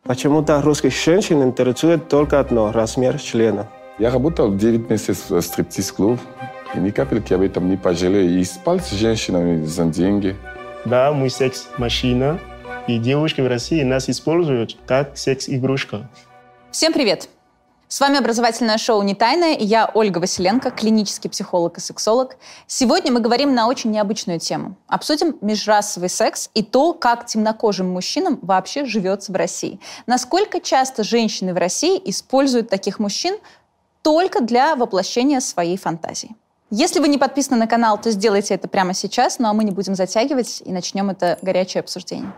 Почему-то русских женщин интересует только одно – размер члена. Я работал 9 месяцев в стриптиз-клубе. И ни капельки об этом не пожалел. И спал с женщинами за деньги. Да, мы секс-машина. И девушки в России нас используют как секс-игрушка. Всем привет! С вами образовательное шоу «Не тайное» и я, Ольга Василенко, клинический психолог и сексолог. Сегодня мы говорим на очень необычную тему. Обсудим межрасовый секс и то, как темнокожим мужчинам вообще живется в России. Насколько часто женщины в России используют таких мужчин только для воплощения своей фантазии. Если вы не подписаны на канал, то сделайте это прямо сейчас, ну а мы не будем затягивать и начнем это горячее обсуждение.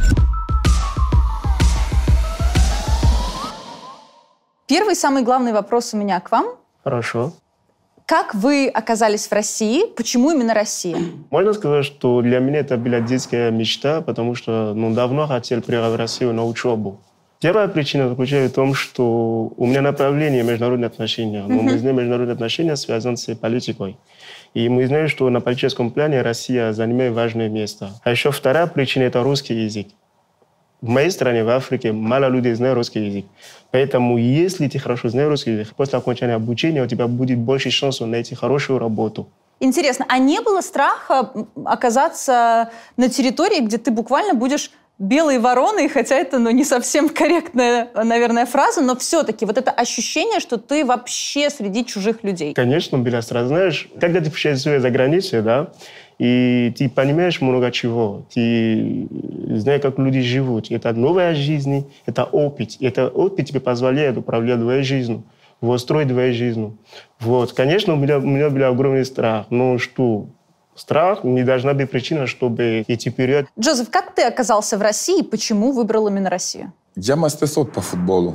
Первый, самый главный вопрос у меня к вам. Хорошо. Как вы оказались в России? Почему именно Россия? Можно сказать, что для меня это была детская мечта, потому что давно хотел приехать в Россию на учебу. Первая причина заключается в том, что у меня направление международные отношения. Но мы знаем, международные отношения связаны с политикой. И мы знаем, что на политическом плане Россия занимает важное место. А еще вторая причина – это русский язык. В моей стране, в Африке, мало людей знают русский язык. Поэтому, если ты хорошо знаешь русский язык, после окончания обучения у тебя будет больше шансов найти хорошую работу. Интересно, а не было страха оказаться на территории, где ты буквально будешь белой вороной, хотя это не совсем корректная, наверное, фраза, но все-таки вот это ощущение, что ты вообще среди чужих людей? Конечно, было страшно. Знаешь, когда ты путешествуешь за границей, да, и ты понимаешь много чего. Ты знаешь, как люди живут. Это новая жизнь, это опыт. Это опыт тебе позволяет управлять твоей жизнью, строить твою жизнь. Вот. Конечно, у меня был огромный страх. Но что? Страх не должна быть причиной, чтобы идти вперед. Джозеф, как ты оказался в России? Почему выбрал именно Россию? Я мастерство по футболу.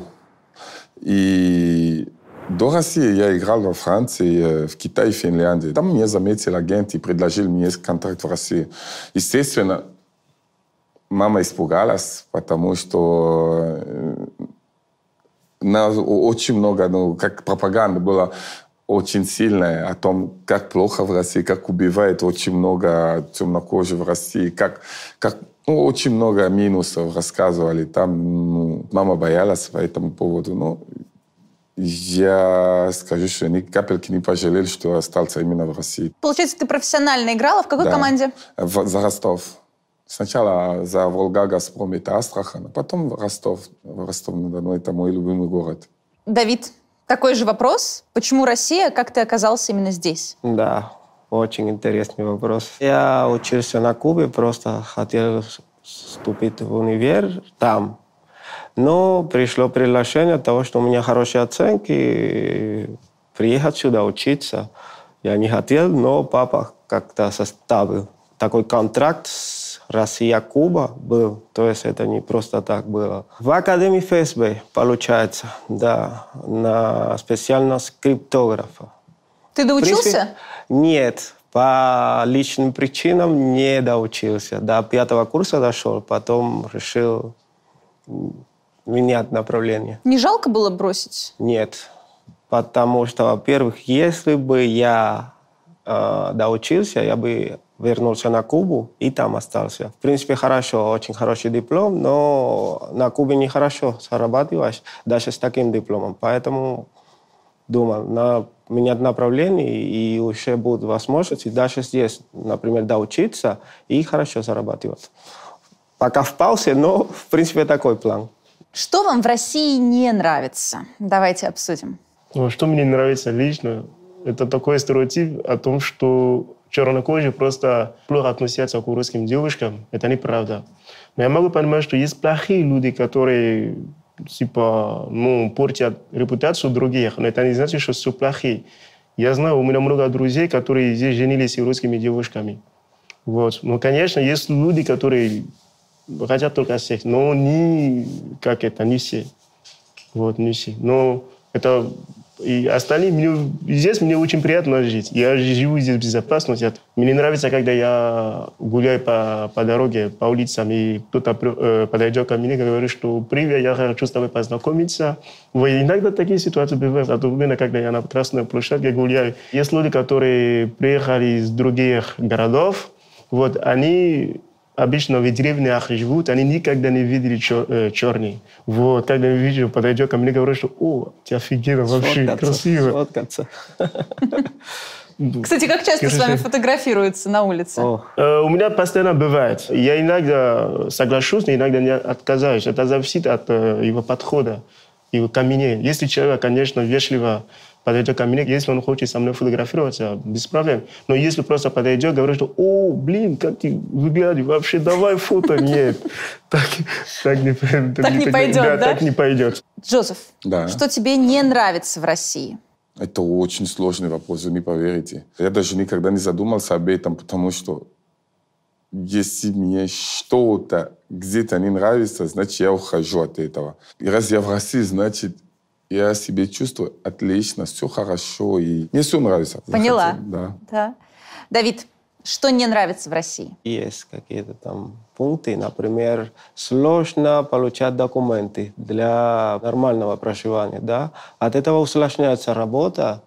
И до России я играл во Франции, в Китае, в Финляндии. Там меня заметил агент и предложил мне контракт в России. Естественно, мама испугалась, потому что очень много, как пропаганда была очень сильная о том, как плохо в России, как убивает очень много темнокожих в России, как очень много минусов рассказывали. Там мама боялась по этому поводу. Я скажу, что ни капельки не пожалел, что остался именно в России. Получается, ты профессионально играла? В какой команде? За Ростов. Сначала за Волга, Газпром, это Астрахань, а потом Ростов. Ростов-на-Дону, это мой любимый город. Давид, такой же вопрос. Почему Россия? Как ты оказался именно здесь? Да, очень интересный вопрос. Я учился на Кубе, просто хотел вступить в универ там. Но пришло приглашение того, что у меня хорошие оценки, приехать сюда учиться. Я не хотел, но папа как-то составил такой контракт с Россия-Куба был. То есть это не просто так было. В Академии ФСБ, получается, да, на специальность криптографа. Ты доучился? В принципе, нет. По личным причинам не доучился. До 5-го курса дошел, потом решил менять направление. Не жалко было бросить? Нет. Потому что, во-первых, если бы я доучился, я бы вернулся на Кубу и там остался. В принципе, хорошо, очень хороший диплом, но на Кубе нехорошо зарабатываешь даже с таким дипломом. Поэтому думал, менять направление, и уже будут возможности даже здесь, например, доучиться и хорошо зарабатывать. Пока в паузе, но, в принципе, такой план. Что вам в России не нравится? Давайте обсудим. Что мне нравится лично, это такой стереотип о том, что чернокожие просто плохо относятся к русским девушкам. Это неправда. Но я могу понимать, что есть плохие люди, которые портят репутацию других. Но это не значит, что все плохие. Я знаю, у меня много друзей, которые здесь женились русскими девушками. Вот. Но, конечно, есть люди, которые хотят только секс, но не все. Вот, не все. Но это и остальные, здесь мне очень приятно жить. Я живу здесь безопасно. Мне нравится, когда я гуляю по дороге, по улицам, и кто-то подойдет ко мне и говорит, что «Привет, я хочу с тобой познакомиться». Иногда такие ситуации бывают, особенно когда я на Красной площадке гуляю. Есть люди, которые приехали из других городов, они обычно в деревнях живут, они никогда не видели черный. Вот, когда я вижу, подойдет ко мне, говорю, что «О, ты офигенно, вообще красиво». Сфоткаться. Кстати, как часто с вами фотографируются на улице? У меня постоянно бывает. Я иногда соглашусь, но иногда не отказываюсь. Это зависит от его подхода, его ко мне. Если человек, конечно, вежливо подойдет ко мне, если он хочет со мной фотографироваться, без проблем. Но если просто подойдет, говорит, что «О, блин, как ты выглядишь, вообще давай фото». Нет, так не пойдет, да? Так не пойдет. Джозеф, что тебе не нравится в России? Это очень сложный вопрос, вы не поверите. Я даже никогда не задумался об этом, потому что если мне что-то где-то не нравится, значит, я ухожу от этого. И раз я в России, значит, я себя чувствую отлично, все хорошо, и мне все нравится. Поняла. Да. Давид, что не нравится в России? Есть какие-то там пункты, например, сложно получать документы для нормального проживания, да? От этого усложняется работа.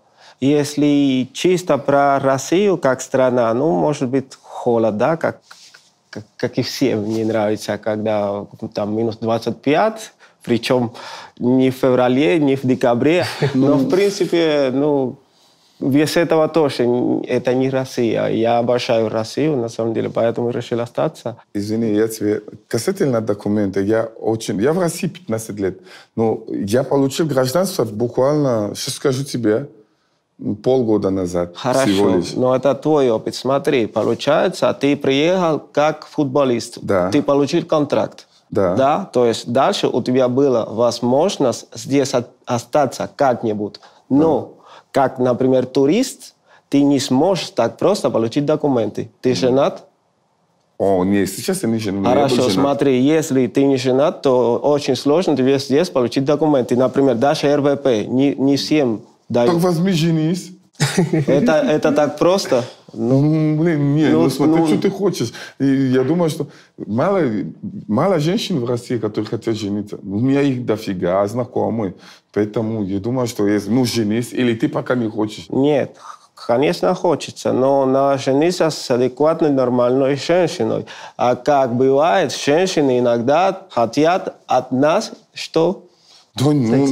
Если чисто про Россию как страна, ну, может быть, холод, да, как и всем не нравится, когда там минус 25, причем не в феврале, не в декабре, но, в принципе, ну, без этого тоже это не Россия. Я обожаю Россию, на самом деле, поэтому решил остаться. Извини, я тебе... Касательно документов, я в России 15 лет, но я получил гражданство буквально, сейчас скажу тебе, полгода назад. Хорошо, но это твой опыт. Смотри, получается, ты приехал как футболист. Да. Ты получил контракт. Да. То есть дальше у тебя была возможность здесь остаться как-нибудь. Но как, например, турист, ты не сможешь так просто получить документы. Ты женат? О, нет, сейчас я не женат. Хорошо, смотри, если ты не женат, то очень сложно тебе здесь получить документы. Например, даже РВП не всем дают. Так возьми, женись. Это так просто? Нет, смотри, что ты хочешь. И я думаю, что мало женщин в России, которые хотят жениться. У меня их дофига, знакомые. Поэтому я думаю, что если женись, или ты пока не хочешь. Нет, конечно, хочется, но надо жениться с адекватной, нормальной женщиной. А как бывает, женщины иногда хотят от нас что? Да,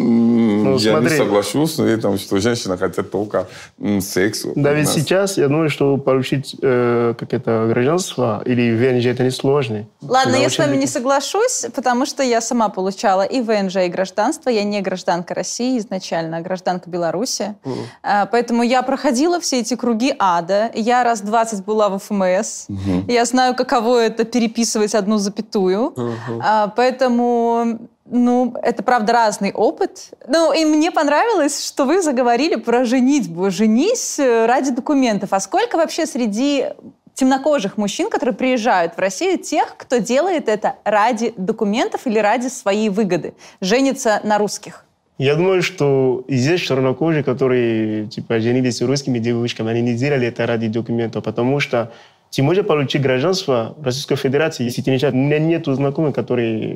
я не соглашусь с этим, что женщины хотят только секса. Да, ведь сейчас, я думаю, что получить гражданство или ВНЖ, это несложно. Ладно, я с вами не соглашусь, потому что я сама получала и ВНЖ, и гражданство. Я не гражданка России изначально, а гражданка Беларуси. Поэтому я проходила все эти круги ада. Я раз 20 была в ФМС. Я знаю, каково это переписывать одну запятую. Поэтому... Ну, это, правда, разный опыт. Ну, и мне понравилось, что вы заговорили про женитьбу. Женись ради документов. А сколько вообще среди темнокожих мужчин, которые приезжают в Россию, тех, кто делает это ради документов или ради своей выгоды? Женится на русских? Я думаю, что здесь чернокожие, которые женились русскими девушками, они не делали это ради документов, потому что ты можешь получить гражданство Российской Федерации, если ты не человек. У меня нет знакомых, которые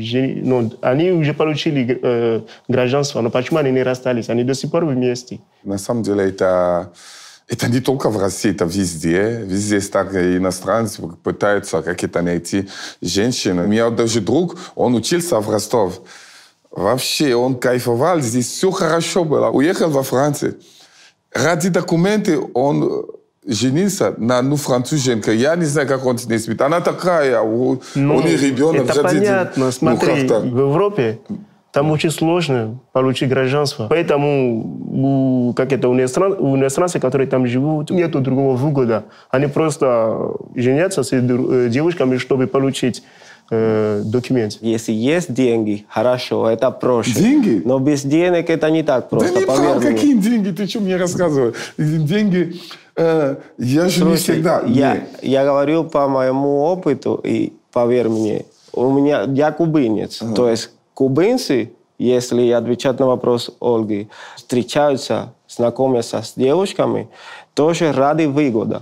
они уже получили гражданство, но почему они не расстались? Они до сих пор вместе. На самом деле это не только в России, это везде. Везде так иностранцы пытаются как-то найти женщин. У меня даже друг, он учился в Ростов. Вообще, он кайфовал, здесь все хорошо было. Уехал во Францию. Ради документов он женился на француженке. Я не знаю, как он с ней спит. Она такая, у нее ребенок. Это понятно. Смотри, в Европе там очень сложно получить гражданство. Поэтому у иностранцев, которые там живут, нет другого выгода. Они просто женятся с девушками, чтобы получить документ. Если есть деньги, хорошо, это проще. Деньги? Но без денег это не так просто. Да не правда, какие деньги? Ты что мне рассказываешь? Деньги... Я же не всегда... Я говорю по моему опыту, и поверь мне, я кубинец. То есть кубинцы, если отвечать на вопрос Ольги, встречаются, знакомятся с девушками, тоже ради выгоды.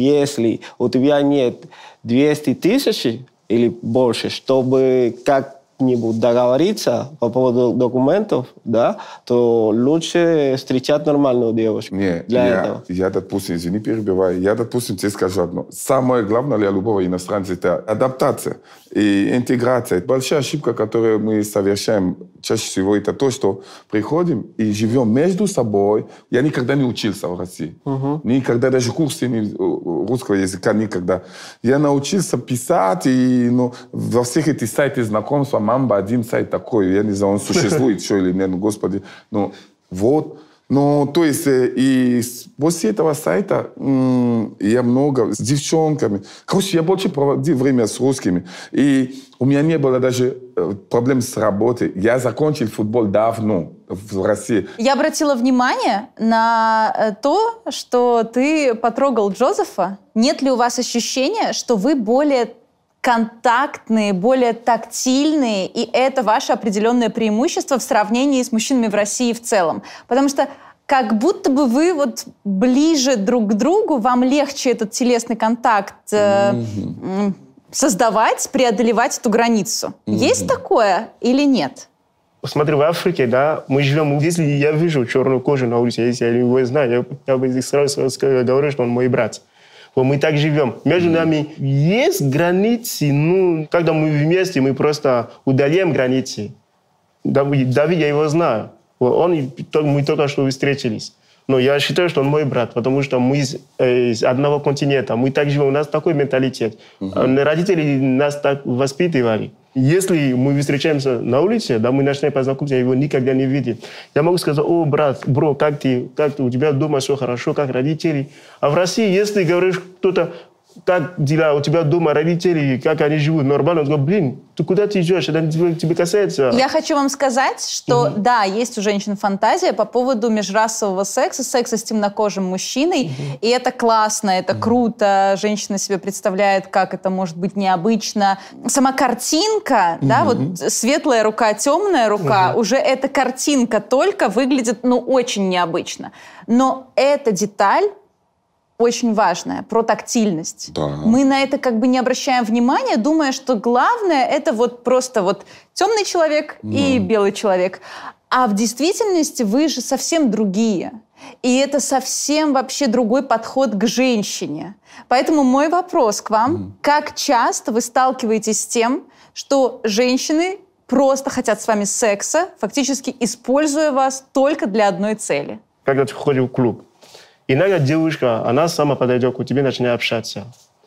Если у тебя нет 200 тысяч или больше, чтобы как как-нибудь договориться по поводу документов, да, то лучше встречать нормальную девушку для этого. Я, допустим, извини, перебиваю, я, допустим, тебе скажу одно. Самое главное для любого иностранца – это адаптация и интеграция. Это большая ошибка, которую мы совершаем чаще всего, это то, что приходим и живем между собой. Я никогда не учился в России. Никогда, даже курсы русского языка никогда. Я научился писать, и во всех этих сайтах знакомства, Мамба, один сайт такой, я не знаю, он существует еще или нет, господи. Вот. То есть, и после этого сайта я много с девчонками. Короче, я больше проводил время с русскими. И у меня не было даже проблем с работой. Я закончил футбол давно в России. Я обратила внимание на то, что ты потрогал Джозефа. Нет ли у вас ощущения, что вы более контактные, более тактильные, и это ваше определенное преимущество в сравнении с мужчинами в России в целом? Потому что как будто бы вы вот ближе друг к другу, вам легче этот телесный контакт создавать, преодолевать эту границу. Есть такое или нет? Смотри, в Африке, да, мы живем, если я вижу черную кожу на улице, если я его знаю, я бы сразу говорю, что он мой брат. Вот мы так живем. Между нами есть границы, когда мы вместе, мы просто удаляем границы. Давид, я его знаю. Мы только что встретились. Но я считаю, что он мой брат, потому что мы из одного континента. Мы так живем, у нас такой менталитет. Родители нас так воспитывали. Если мы встречаемся на улице, да, мы начинаем познакомиться, я его никогда не видел. Я могу сказать: о, брат, бро, как ты, у тебя дома все хорошо, как родители. А в России, если говоришь кто-то, как дела, у тебя дома родители, как они живут, нормально, он говорит: блин, ты куда ты идешь, это тебе касается. Я хочу вам сказать, что да, есть у женщин фантазия по поводу межрасового секса с темнокожим мужчиной, и это классно, это круто, женщина себе представляет, как это может быть необычно. Сама картинка, да, вот светлая рука, темная рука, уже эта картинка только выглядит, очень необычно. Но эта деталь очень важная, про тактильность. Да. Мы на это как бы не обращаем внимания, думая, что главное это вот просто вот темный человек и белый человек. А в действительности вы же совсем другие. И это совсем вообще другой подход к женщине. Поэтому мой вопрос к вам: как часто вы сталкиваетесь с тем, что женщины просто хотят с вами секса, фактически используя вас только для одной цели? Когда ты входишь в клуб, иногда девушка, она сама подойдет к тебе, начинает общаться.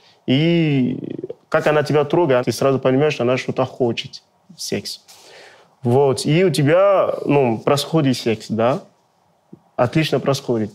И как она тебя трогает, ты сразу понимаешь, что она что-то хочет. Секс. Вот. И у тебя, происходит секс, да? Отлично происходит.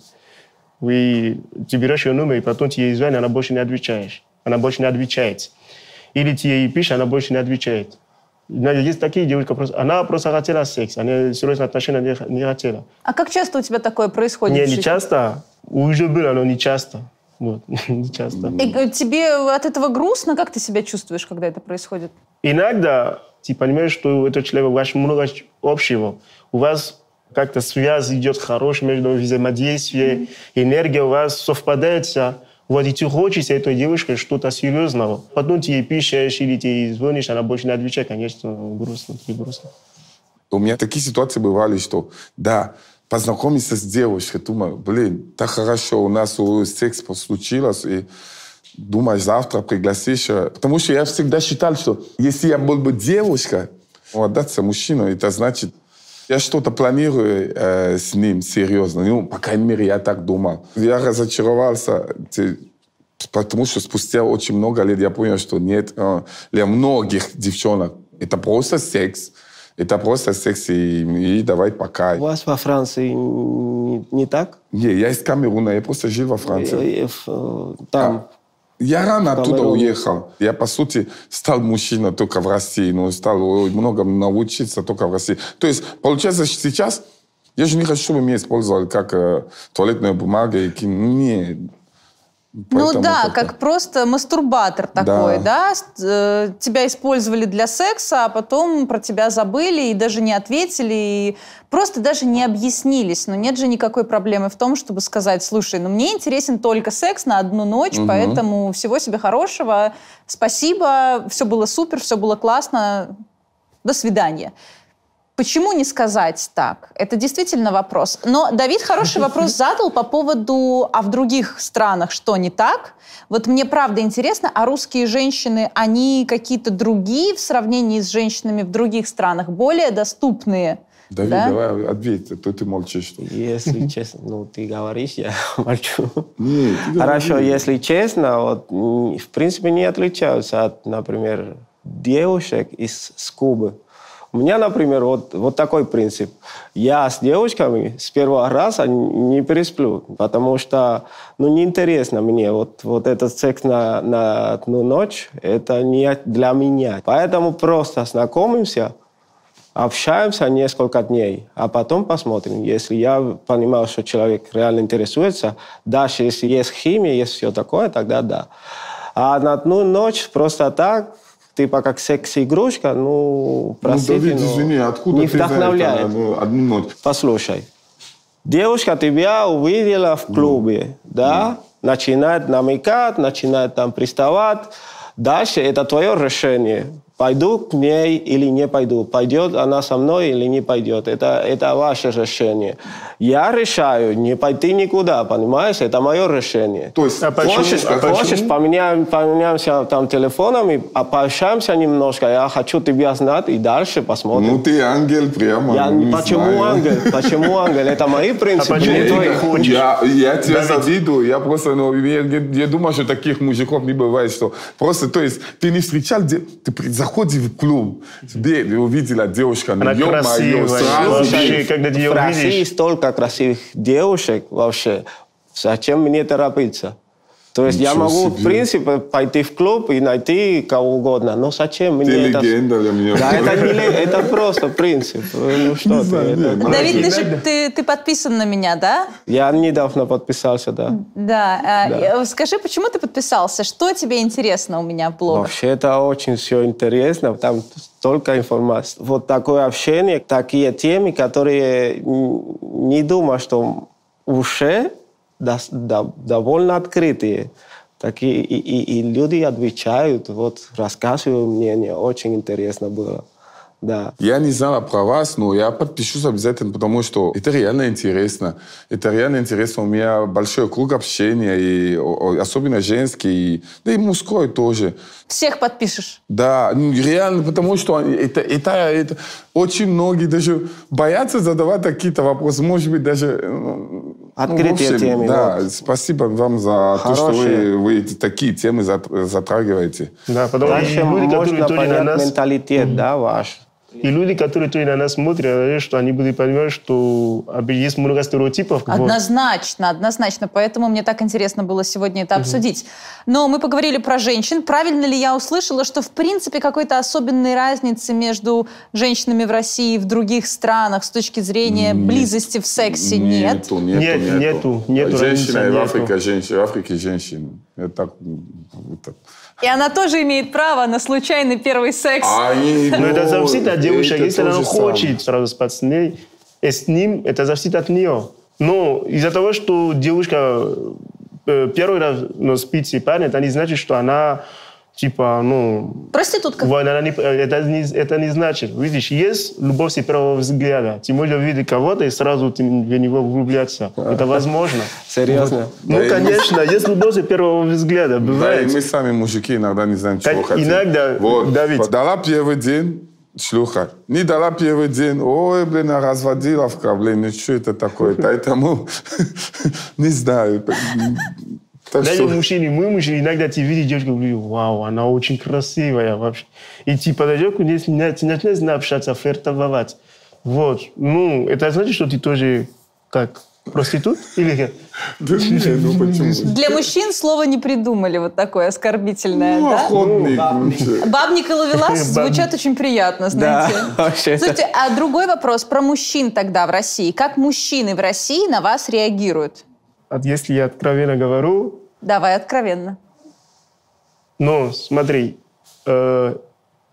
Ты берешь ее номер, и потом ты ей звонишь, она больше не отвечаешь. Она больше не отвечает. Или ты ей пишешь, она больше не отвечает. Есть такие девушки, она просто хотела секс, она серьезные отношения не хотела. А как часто у тебя такое происходит? Не часто. Уже было, но не часто. Вот, не часто. И тебе от этого грустно? Как ты себя чувствуешь, когда это происходит? Иногда ты понимаешь, что у этого человека у вас много общего. У вас как-то связь идет хорошая между взаимодействием, энергия у вас совпадает. Вот и ты хочешь этой девушке что-то серьезного. Потом ты ей пишешь или ты ей звонишь, она больше не отвечает, конечно, грустно. У меня такие ситуации бывали, что да, познакомиться с девушкой, думаю, блин, так хорошо, у нас секс случилось, и думаешь, завтра пригласишь. Потому что я всегда считал, что если я был бы девушка, отдаться мужчину, это значит, я что-то планирую с ним серьезно. По крайней мере, я так думал. Я разочаровался, потому что спустя очень много лет я понял, что нет, для многих девчонок это просто секс. Это просто секс, и давай пока. У вас во Франции не так? Не, я из Камеруна, я просто жил во Франции. Там? Я рано оттуда уехал. Я, по сути, стал мужчиной только в России, но стал много научиться только в России. То есть, получается, сейчас я же не хочу, чтобы меня использовали как туалетная бумага. Нет. Поэтому как просто мастурбатор такой, да? Тебя использовали для секса, а потом про тебя забыли и даже не ответили, и просто даже не объяснились. Но нет же никакой проблемы в том, чтобы сказать: слушай, мне интересен только секс на одну ночь, поэтому всего себе хорошего, спасибо, все было супер, все было классно. до свидания. Почему не сказать так? Это действительно вопрос. Но Давид хороший вопрос задал по поводу, а в других странах что не так? Вот мне правда интересно, а русские женщины, они какие-то другие в сравнении с женщинами в других странах, более доступные? Давид, да? давай ответь, а то ты молчишь. Что ли? Если честно, ты говоришь, я молчу. Нет, ты Хорошо, говори. если честно, в принципе, не отличаются от, например, девушек с Кубы. У меня, например, вот такой принцип. Я с девушками с первого раза не пересплю, потому что, неинтересно мне. Вот этот секс на одну ночь, это не для меня. Поэтому просто знакомимся, общаемся несколько дней, а потом посмотрим. Если я понимаю, что человек реально интересуется, даже если есть химия, есть все такое, тогда да. А на одну ночь просто так, типа как секс-игрушка, простите, Давид, извини, откуда не ты знаешь вдохновляет. одну ночь? Послушай, девушка тебя увидела в клубе, да? Начинает намекать, начинает там приставать. Дальше это твое решение. Пойду к ней или не пойду. Пойдет она со мной или не пойдет. Это ваше решение. Я решаю не пойти никуда, понимаешь? Это мое решение. То есть, Хочешь, поменяемся там телефонами, пообщаемся немножко. Я хочу тебя знать и дальше посмотрим. ты ангел прямо. Почему ангел? Почему ангел? Это мои принципы. почему не ты твои. хочешь? Я тебя Давид. завидую. Я просто, я думаю, что таких мужиков не бывает, что просто, то есть, ты не встречал, ты заходишь в клуб, тебе увидела девушка, Она красивая. сразу Вообще, когда ты ее В России увидишь... столько красивых девушек вообще. Зачем мне торопиться? То есть я Ничего могу, себе. в принципе, пойти в клуб и найти кого угодно. Но зачем мне Ты это? легенда для меня. Да, это просто принцип. Что ты? это- Давид, ты подписан на меня, да? Я недавно подписался, да. Да. Скажи, почему ты подписался? Что тебе интересно у меня в блогах? Вообще это очень все интересно. Там столько информации. Вот такое общение, такие темы, которые не думаю, что уже довольно открытые. И люди отвечают, рассказывают мнение. Очень интересно было. Да. Я не знала про вас, но я подпишусь обязательно, потому что это реально интересно. Это реально интересно. У меня большой круг общения, и особенно женский, да и мужской тоже. Всех подпишешь? Да, реально, потому что это очень многие даже боятся задавать какие-то вопросы. Может быть, даже... Открытие темы. Да, спасибо вам за то, что вы такие темы затрагиваете. Да, потому Дальше что люди, которые можно тоже на понять нас... менталитет, да, ваш. И люди, которые тоже на нас смотрят, что они будут понимать, что есть много стереотипов. Однозначно. Поэтому мне так интересно было сегодня это обсудить. Но мы поговорили про женщин. Правильно ли я услышала, что в принципе какой-то особенной разницы между женщинами в России и в других странах с точки зрения близости в сексе нет? Нету. Женщина в Африке женщина. И она тоже имеет право на случайный первый секс. Но это зависит от девушек. Если она хочет сразу спать с ней, с ним, это зависит от нее. Но из-за того, что девушка первый раз спит с парнем, это не значит, что она проститутка. Это не значит. Видишь, есть любовь с первого взгляда. Ты можешь увидеть кого-то и сразу в него влюбляться. Это возможно. Серьезно? Конечно, есть любовь с первого взгляда. Бывает. Да, и мы сами, мужики, иногда не знаем, чего хотим. Иногда, Давид. Дала первый день, шлюха. Не дала первый день, разводиловка, что это такое? Поэтому, не знаю. Даже мужчины, мы мужчины, иногда ты видишь девушку, вау, она очень красивая вообще. И ты подойдешь к ней, ты начинаешь общаться, флиртовать. Это значит, что ты тоже как проститут? Или как? Почему? Для мужчин слово не придумали вот такое оскорбительное, да? Охотник. Бабник и ловелас звучат очень приятно, знаете. Да, вообще. Слушайте, а другой вопрос про мужчин тогда в России. Как мужчины в России на вас реагируют? Если я откровенно говорю... Давай откровенно. Смотри,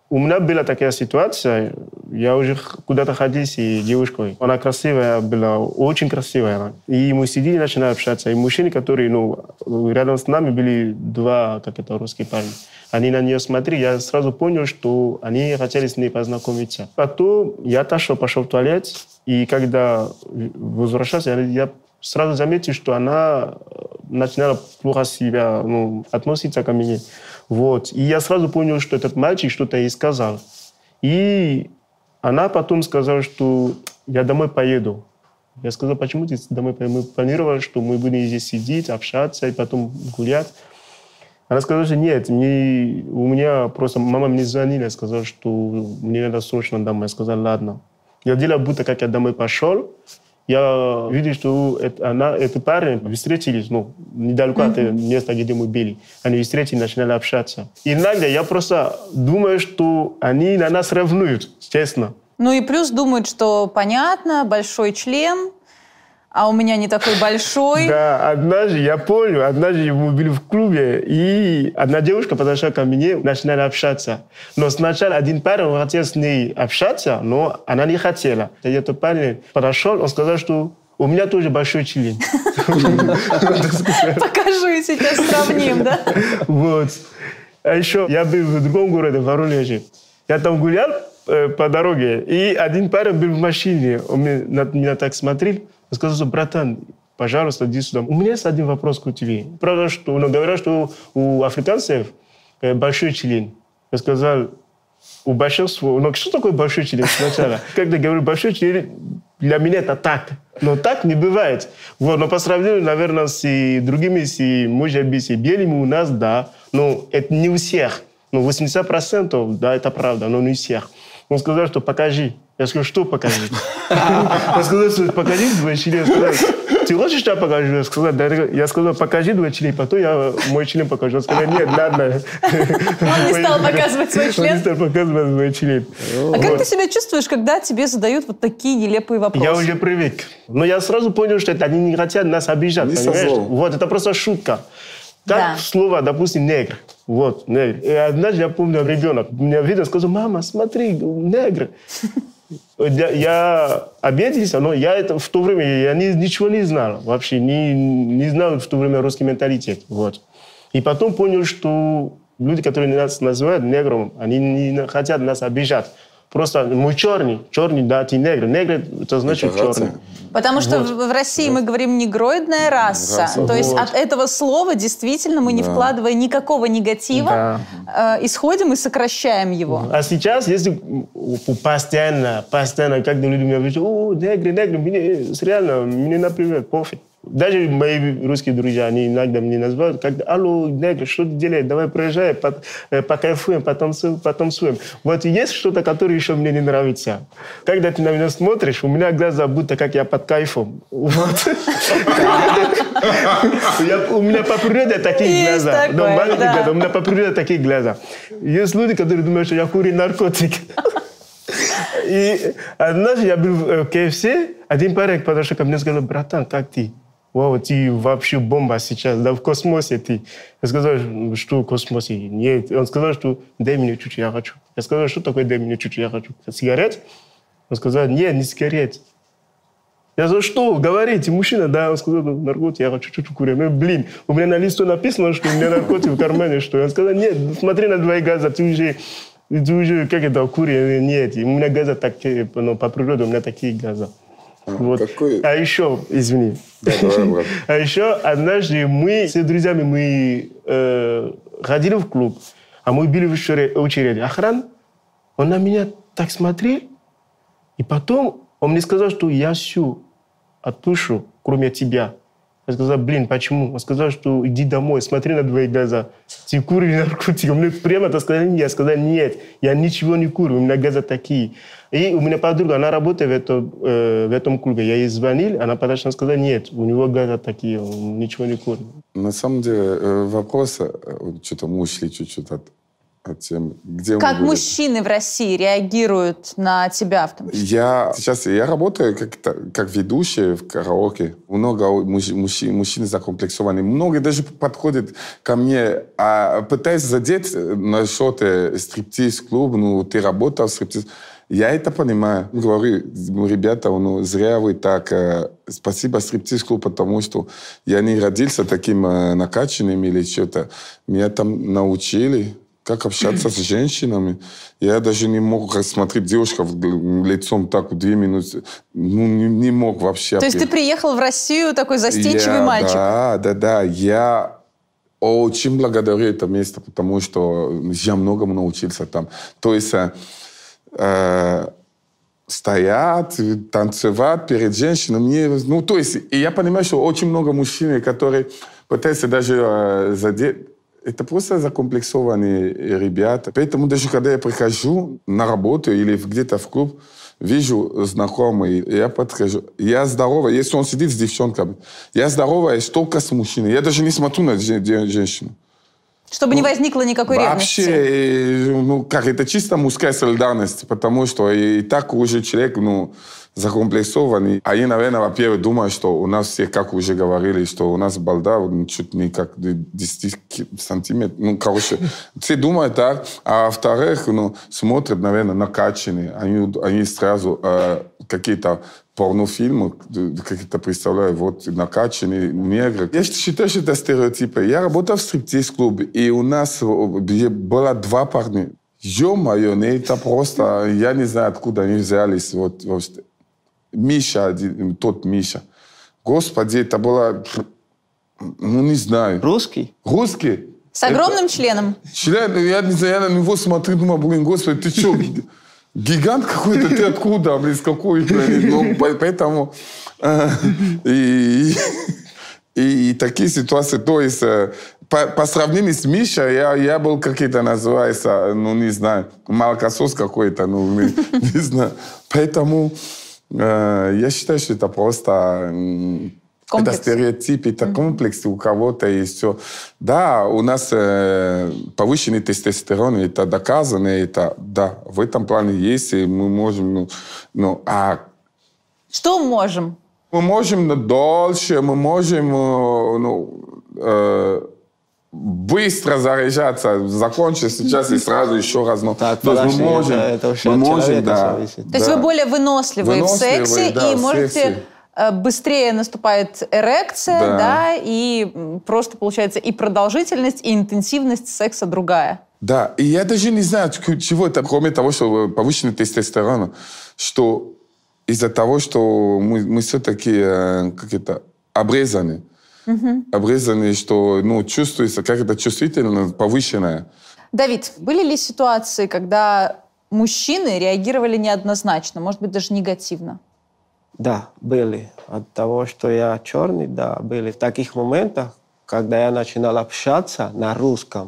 У меня была такая ситуация, я уже куда-то ходил с девушкой. Она красивая была, очень красивая она. И мы сидели и начали общаться. И мужчины, которые, рядом с нами были два, русские парни. Они на нее смотрели, я сразу понял, что они хотели с ней познакомиться. Потом я отошел, пошел в туалет, и когда возвращался, я сразу заметил, что она начинала плохо себя относиться ко мне. Вот. И я сразу понял, что этот мальчик что-то ей сказал. И она потом сказала, что я домой поеду. Я сказал, почему ты домой поедешь? Мы планировали, что мы будем здесь сидеть, общаться и потом гулять. Она сказала, что нет, у меня просто мама мне звонила, сказала, что мне надо срочно домой. Я сказал, ладно. Я делал, будто как я домой пошел. Я видел, что эти парни встретились, недалеко от места, где мы были. Они встретились, начинали общаться. Иногда я просто думаю, что они на нас ревнуют, честно. Ну и плюс думают, что понятно, большой член, а у меня не такой большой. Да, однажды мы были в клубе, и одна девушка подошла ко мне, начинали общаться. Но сначала один парень хотел с ней общаться, но она не хотела. И этот парень подошел, он сказал, что у меня тоже большой член. Покажи, сейчас сравним, да? Вот. А еще я был в другом городе, в Воронеже. Я там гулял по дороге, и один парень был в машине. Он на меня так смотрел. Он сказал, братан, пожалуйста, иди сюда. У меня есть один вопрос к тебе. Правда, что говорят, что у африканцев большой член. Я сказал, у большинства... что такое большой член сначала? Когда говорю большой член, для меня это так. Но так не бывает. Вот, но по сравнению, наверное, с другими, может быть, с белыми у нас, да. Но это не у всех. 80%, да, это правда, но не у всех. Он сказал, что покажи. Я сказал, что покажи? Я сказал, что покажи твой член. Я сказал, ты хочешь, что я покажу? Я сказал, покажи твой член, потом я мой член покажу. Он сказал, нет, ладно. Он не стал показывать свой член? Он не стал показывать свой член. А как ты себя чувствуешь, когда тебе задают вот такие нелепые вопросы? Я уже привык. Но я сразу понял, что они не хотят нас обижать. Вот, это просто шутка. Как слово, допустим, негр. Вот, негр. И однажды я помню, ребенок меня видел, сказал, мама, смотри, негр. Я обиделся, но в то время я ничего не знал. Вообще не знал в то время русский менталитет. Вот. И потом понял, что люди, которые нас называют негром, они не хотят нас обижать. Просто мы черный, да, ты негр. Негр – это значит черный. Потому что в России мы говорим негроидная раса. То есть от этого слова действительно мы, не вкладывая никакого негатива, исходим и сокращаем его. А сейчас, если постоянно, когда люди меня говорят, негр, мне, например, пофиг. Даже мои русские друзья, они иногда меня называют, алло, негр, что ты делаешь? Давай проезжай, покайфуем, потанцуем. Вот есть что-то, которое еще мне не нравится. Когда ты на меня смотришь, у меня глаза будто как я под кайфом. У меня по природе такие глаза. У меня по природе такие глаза. Есть люди, которые думают, что я курю наркотик. И однажды я был в КФС, один парень подошел ко мне и сказал, братан, как ты? Вау, ты вообще бомба сейчас, да в космосе ты. Я сказал, что в космосе? Нет. Он сказал, что дай мне чуть-чуть, я хочу. Я сказал, что такое дай мне чуть-чуть, я хочу? Сигарет? Он сказал, нет, не сигарет. Я сказал, что, говорите, мужчина, да. Он сказал, наркотик, я хочу чуть-чуть курить. Ну, блин, у меня на листу написано, что у меня наркотик в кармане, что. Он сказал, нет, смотри на твои глаза, ты уже как это, куришь? Нет, у меня глаза такие, по природе у меня такие глаза. Вот. А еще, извини. А еще однажды мы с друзьями ходили в клуб, а мы были в очереди. Охрана, он на меня так смотрел, и потом он мне сказал, что я все отпущу, кроме тебя. Я сказал, блин, почему? Он сказал, что иди домой, смотри на твои глаза. Ты куришь наркотики. Он мне прямо это сказал, я сказал, нет, я ничего не курю, у меня глаза такие. И у меня подруга, она работает в этом клубе. Я ей звонил, она подошла и сказала, нет, у него глаза такие, он ничего не курит. На самом деле вопрос, что-то мы ушли чуть-чуть от Где как мужчины в России реагируют на тебя в том числе? Сейчас я работаю как ведущий в караоке. Много мужчин закомплексованы. Многие даже подходят ко мне, пытаясь задеть насчет стриптиз-клуб. Ну, ты работал в стриптиз. Я это понимаю. Говорю, ребята, зря вы так. Спасибо стриптиз-клуб, потому что я не родился таким накачанным или что-то. Меня там научили, как общаться с женщинами. Я даже не мог смотреть девушку лицом так 2 минуты. Ну, не мог вообще. То есть ты приехал в Россию такой застенчивый мальчик? Да. Я очень благодарю это место, потому что я многому научился там. То есть стоять, танцевать перед женщиной. Ну, то есть, и я понимаю, что очень много мужчин, которые пытаются даже задеть. Это просто закомплексованные ребята. Поэтому даже когда я прихожу на работу или где-то в клуб, вижу знакомый, я подхожу. Я здоровый, если он сидит с девчонками. Я здороваюсь только с мужчиной. Я даже не смотрю на женщину. Чтобы не возникло никакой ревности. Вообще, это чисто мужская солидарность, потому что и так уже человек, закомплексованный. Они, наверное, во-первых, думают, что у нас всех, как уже говорили, что у нас балда чуть не как 10 сантиметров. Все думают так. А во-вторых, смотрят, наверное, накачанные. Они сразу какие-то порнофильмы, как-то представляю, вот накачанные негры. Я считаю, что это стереотипы. Я работал в стриптиз-клубе, и у нас было 2 парня. Ё-моё, это просто... Я не знаю, откуда они взялись. Вот, Миша, тот Миша. Господи, это было... не знаю. Русский? Русский. С огромным членом? Член, я не знаю, я на него смотрю, думаю, господи, ты что, гигант какой-то, ты откуда, с какой планеты? Поэтому... И такие ситуации, то есть... По сравнению с Мишей, я был какой-то, называется, не знаю, молокосос какой-то, не знаю. Поэтому я считаю, что это просто... Комплекс. Это стереотип, это комплекс у кого-то, и все. Да, у нас повышенный тестостерон, это доказано, это, да, в этом плане есть, и мы можем... Что можем? Мы можем дольше, мы можем... быстро заряжаться, закончить сейчас и сразу еще раз. Так, подожди, это вообще от человека зависит. То есть вы более выносливые в сексе, да, и можете... Быстрее наступает эрекция, да, и просто получается и продолжительность, и интенсивность секса другая. Да, и я даже не знаю, чего это, кроме того, что повышенный тестостерон, что из-за того, что мы все-таки как-то обрезаны. Обрезаны, что чувствуется как-то чувствительность повышенная. Давид, были ли ситуации, когда мужчины реагировали неоднозначно, может быть, даже негативно? Да, были. От того, что я черный, да, были. В таких моментах, когда я начинал общаться на русском,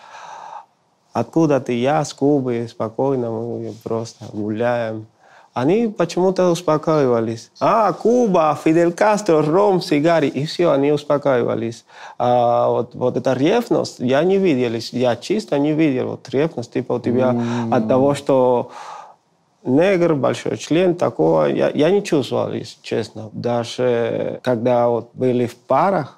откуда-то я с Кубы, спокойно, мы просто гуляем. Они почему-то успокаивались. Куба, Фидель Кастро, ром, сигари, и все, они успокаивались. Вот эта ревность, я не видел, я чисто не видел. Вот ревность, типа у тебя от того, что негр, большой член, такого я не чувствовал, если честно. Даже когда вот были в парах,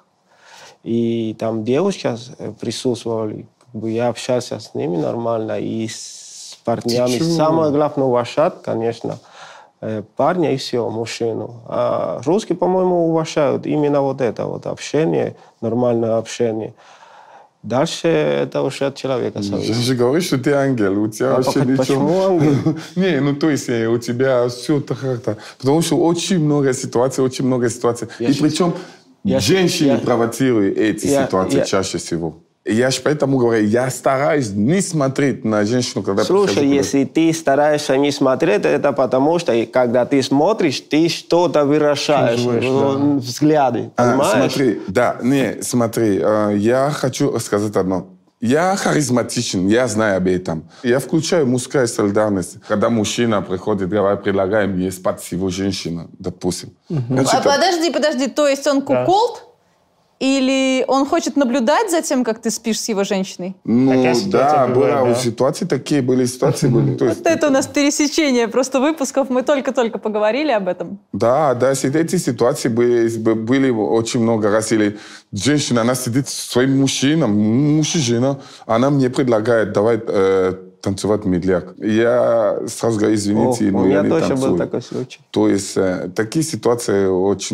и там девушки присутствовали, я общался с ними нормально, и с парнями. Самое главное уважать, конечно, парня и все, мужчину. А русские, по-моему, уважают именно вот это вот общение, нормальное общение. Дальше это уже от человека зависит. Я же говорю, что ты ангел. У тебя вообще ничего... Почему ангел? Не, то есть у тебя все как-то... Потому что очень много ситуаций. И причем женщины провоцируют эти ситуации чаще всего. Я же поэтому говорю, я стараюсь не смотреть на женщину, когда... Слушай, если ты стараешься не смотреть, это потому что, когда ты смотришь, ты что-то выражаешь, взгляды, понимаешь? Смотри, я хочу сказать одно. Я харизматичен, я знаю об этом. Я включаю мужскую солидарность. Когда мужчина приходит, предлагаем мне спать с его женщиной, допустим. Подожди, то есть он куколд? Или он хочет наблюдать за тем, как ты спишь с его женщиной? Ну, Такая ситуация да, бывает, была да. ситуации такие, были ситуации. Были. То есть, Вот это у нас пересечение просто выпусков. Мы только-только поговорили об этом. да, эти ситуации были очень много раз. Или женщина, она сидит со своим мужчиной, мужчина, она мне предлагает, давай танцевать медляк. Я сразу говорю, извините, но я не танцую. У меня тоже был такой случай. То есть такие ситуации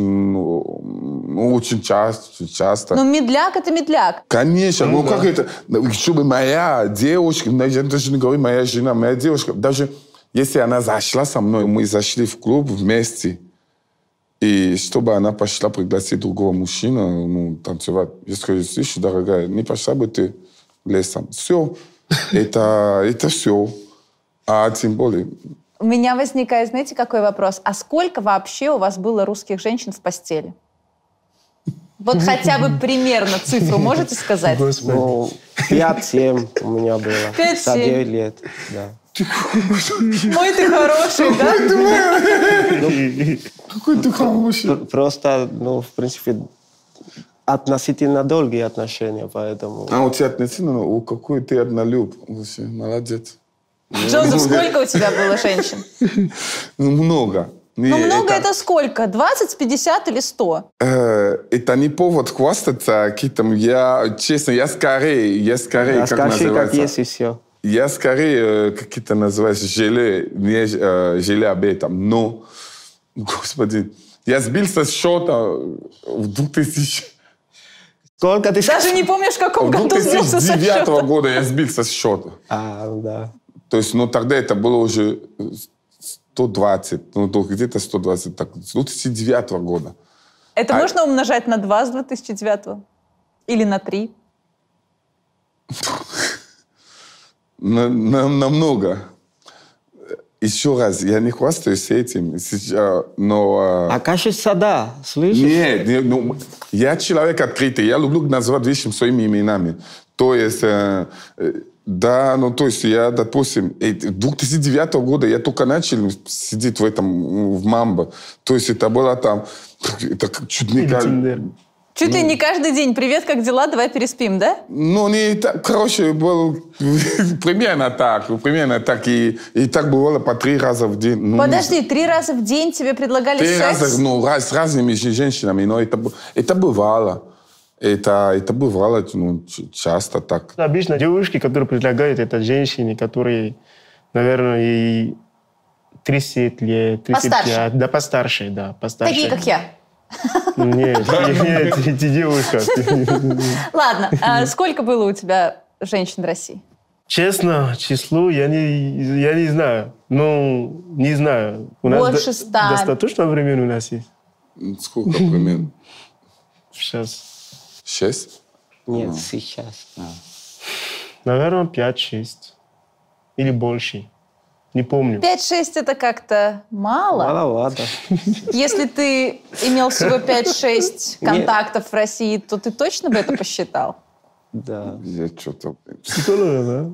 очень часто. Но медляк — это медляк. Конечно, ну как это, чтобы моя девушка, я даже не говорю моя жена, моя девушка, даже если она зашла со мной, мы зашли в клуб вместе, и чтобы она пошла пригласить другого мужчину, ну, танцевать, я скажу, слышишь, дорогая, не пошла бы ты лесом. Все, это все. А тем более... У меня возникает, знаете, какой вопрос? А сколько вообще у вас было русских женщин в постели? Вот хотя бы примерно цифру можете сказать? Господи. Ну, 5-7 у меня было. 5-7. За 9 лет, да. Мой ты хороший, да? Какой ты хороший. Просто, ну, в принципе, относительно долгие отношения, поэтому... А у тебя относительно, какой ты однолюб. Вообще, молодец. Джозеф, сколько у тебя было женщин? Ну, много. Ну, много это сколько? 20, 50 или 100? Это не повод хвастаться каким-то. Честно, я скорее, Да, как скажи, называется. как есть и все. Я скорее, как это называется, жалею об этом. Но, господи, я сбился с счета в 2000... Сколько ты... Даже не помнишь, в каком В году сбился со 2009 счета? года я сбился с счета. Да. То есть, ну, тогда это было уже 120, ну, где-то 120, так, с 2009 года. Это можно умножать на 2 с 2009? Или на 3? Намного. Еще раз, я не хвастаюсь этим, но... А кажется, да, слышишь? Нет, ну, я человек открытый, я люблю называть вещи своими именами. То есть, да, ну, то есть я, допустим, 2009 года я только начал сидеть в Мамбо. То есть это было там, это чуть не... Чуть ли не каждый день. Привет, как дела? Давай переспим, да? Ну, не так, короче, было примерно так. И так бывало по 3 раза в день. Ну, Подожди, 3 раза в день тебе предлагали 3 секс? раза, ну, с разными женщинами, но это бывало. Это бывало, ну, часто так. Обычно девушки, которые предлагают это женщине, которые, наверное, и 30 лет, 35. Постарше? Да, постарше, да. Постарше. Такие, как я. Нет, ты девушка. Ладно, а сколько было у тебя женщин в России? Честно, число я не знаю. Ну, не знаю. У нас Больше 100. достаточно времени у нас есть. Сколько примерно? Сейчас. 6? Нет, сейчас. Наверное, 5-6. Или больше. Не помню. 5-6 это как-то мало. Маловато. Если ты имел всего 5-6 контактов в России, то ты точно бы это посчитал? Да. Я что-то... Психолога, да?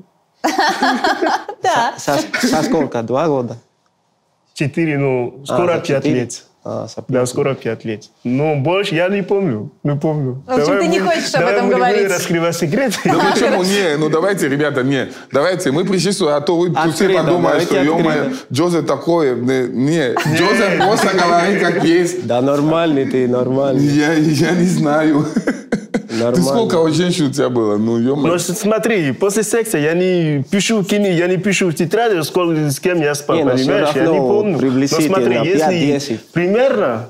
Да. Со сколько? 2 года? 4, ну, скоро 5 4? лет. Да, скоро 5 лет. Но больше я не помню. Не помню. В общем, ты не хочешь об этом говорить. Давай раскрывать секрет. Да почему? Не, ну давайте, ребята, давайте, мы пришли сюда, а то вы все подумаете, что, ё-моё, Джозеф такой. Не, Джозеф просто говорит, как есть. Да нормальный ты, нормальный. Я не знаю. Нормально. Ты сколько женщин у тебя было? Ну, ё-моё. Но смотри, после секса я не пишу книги, я не пишу в тетради, с кем я спал, Не, но понимаешь? всё Я не равно помню. Но приблизительно смотри, если 5-10. примерно,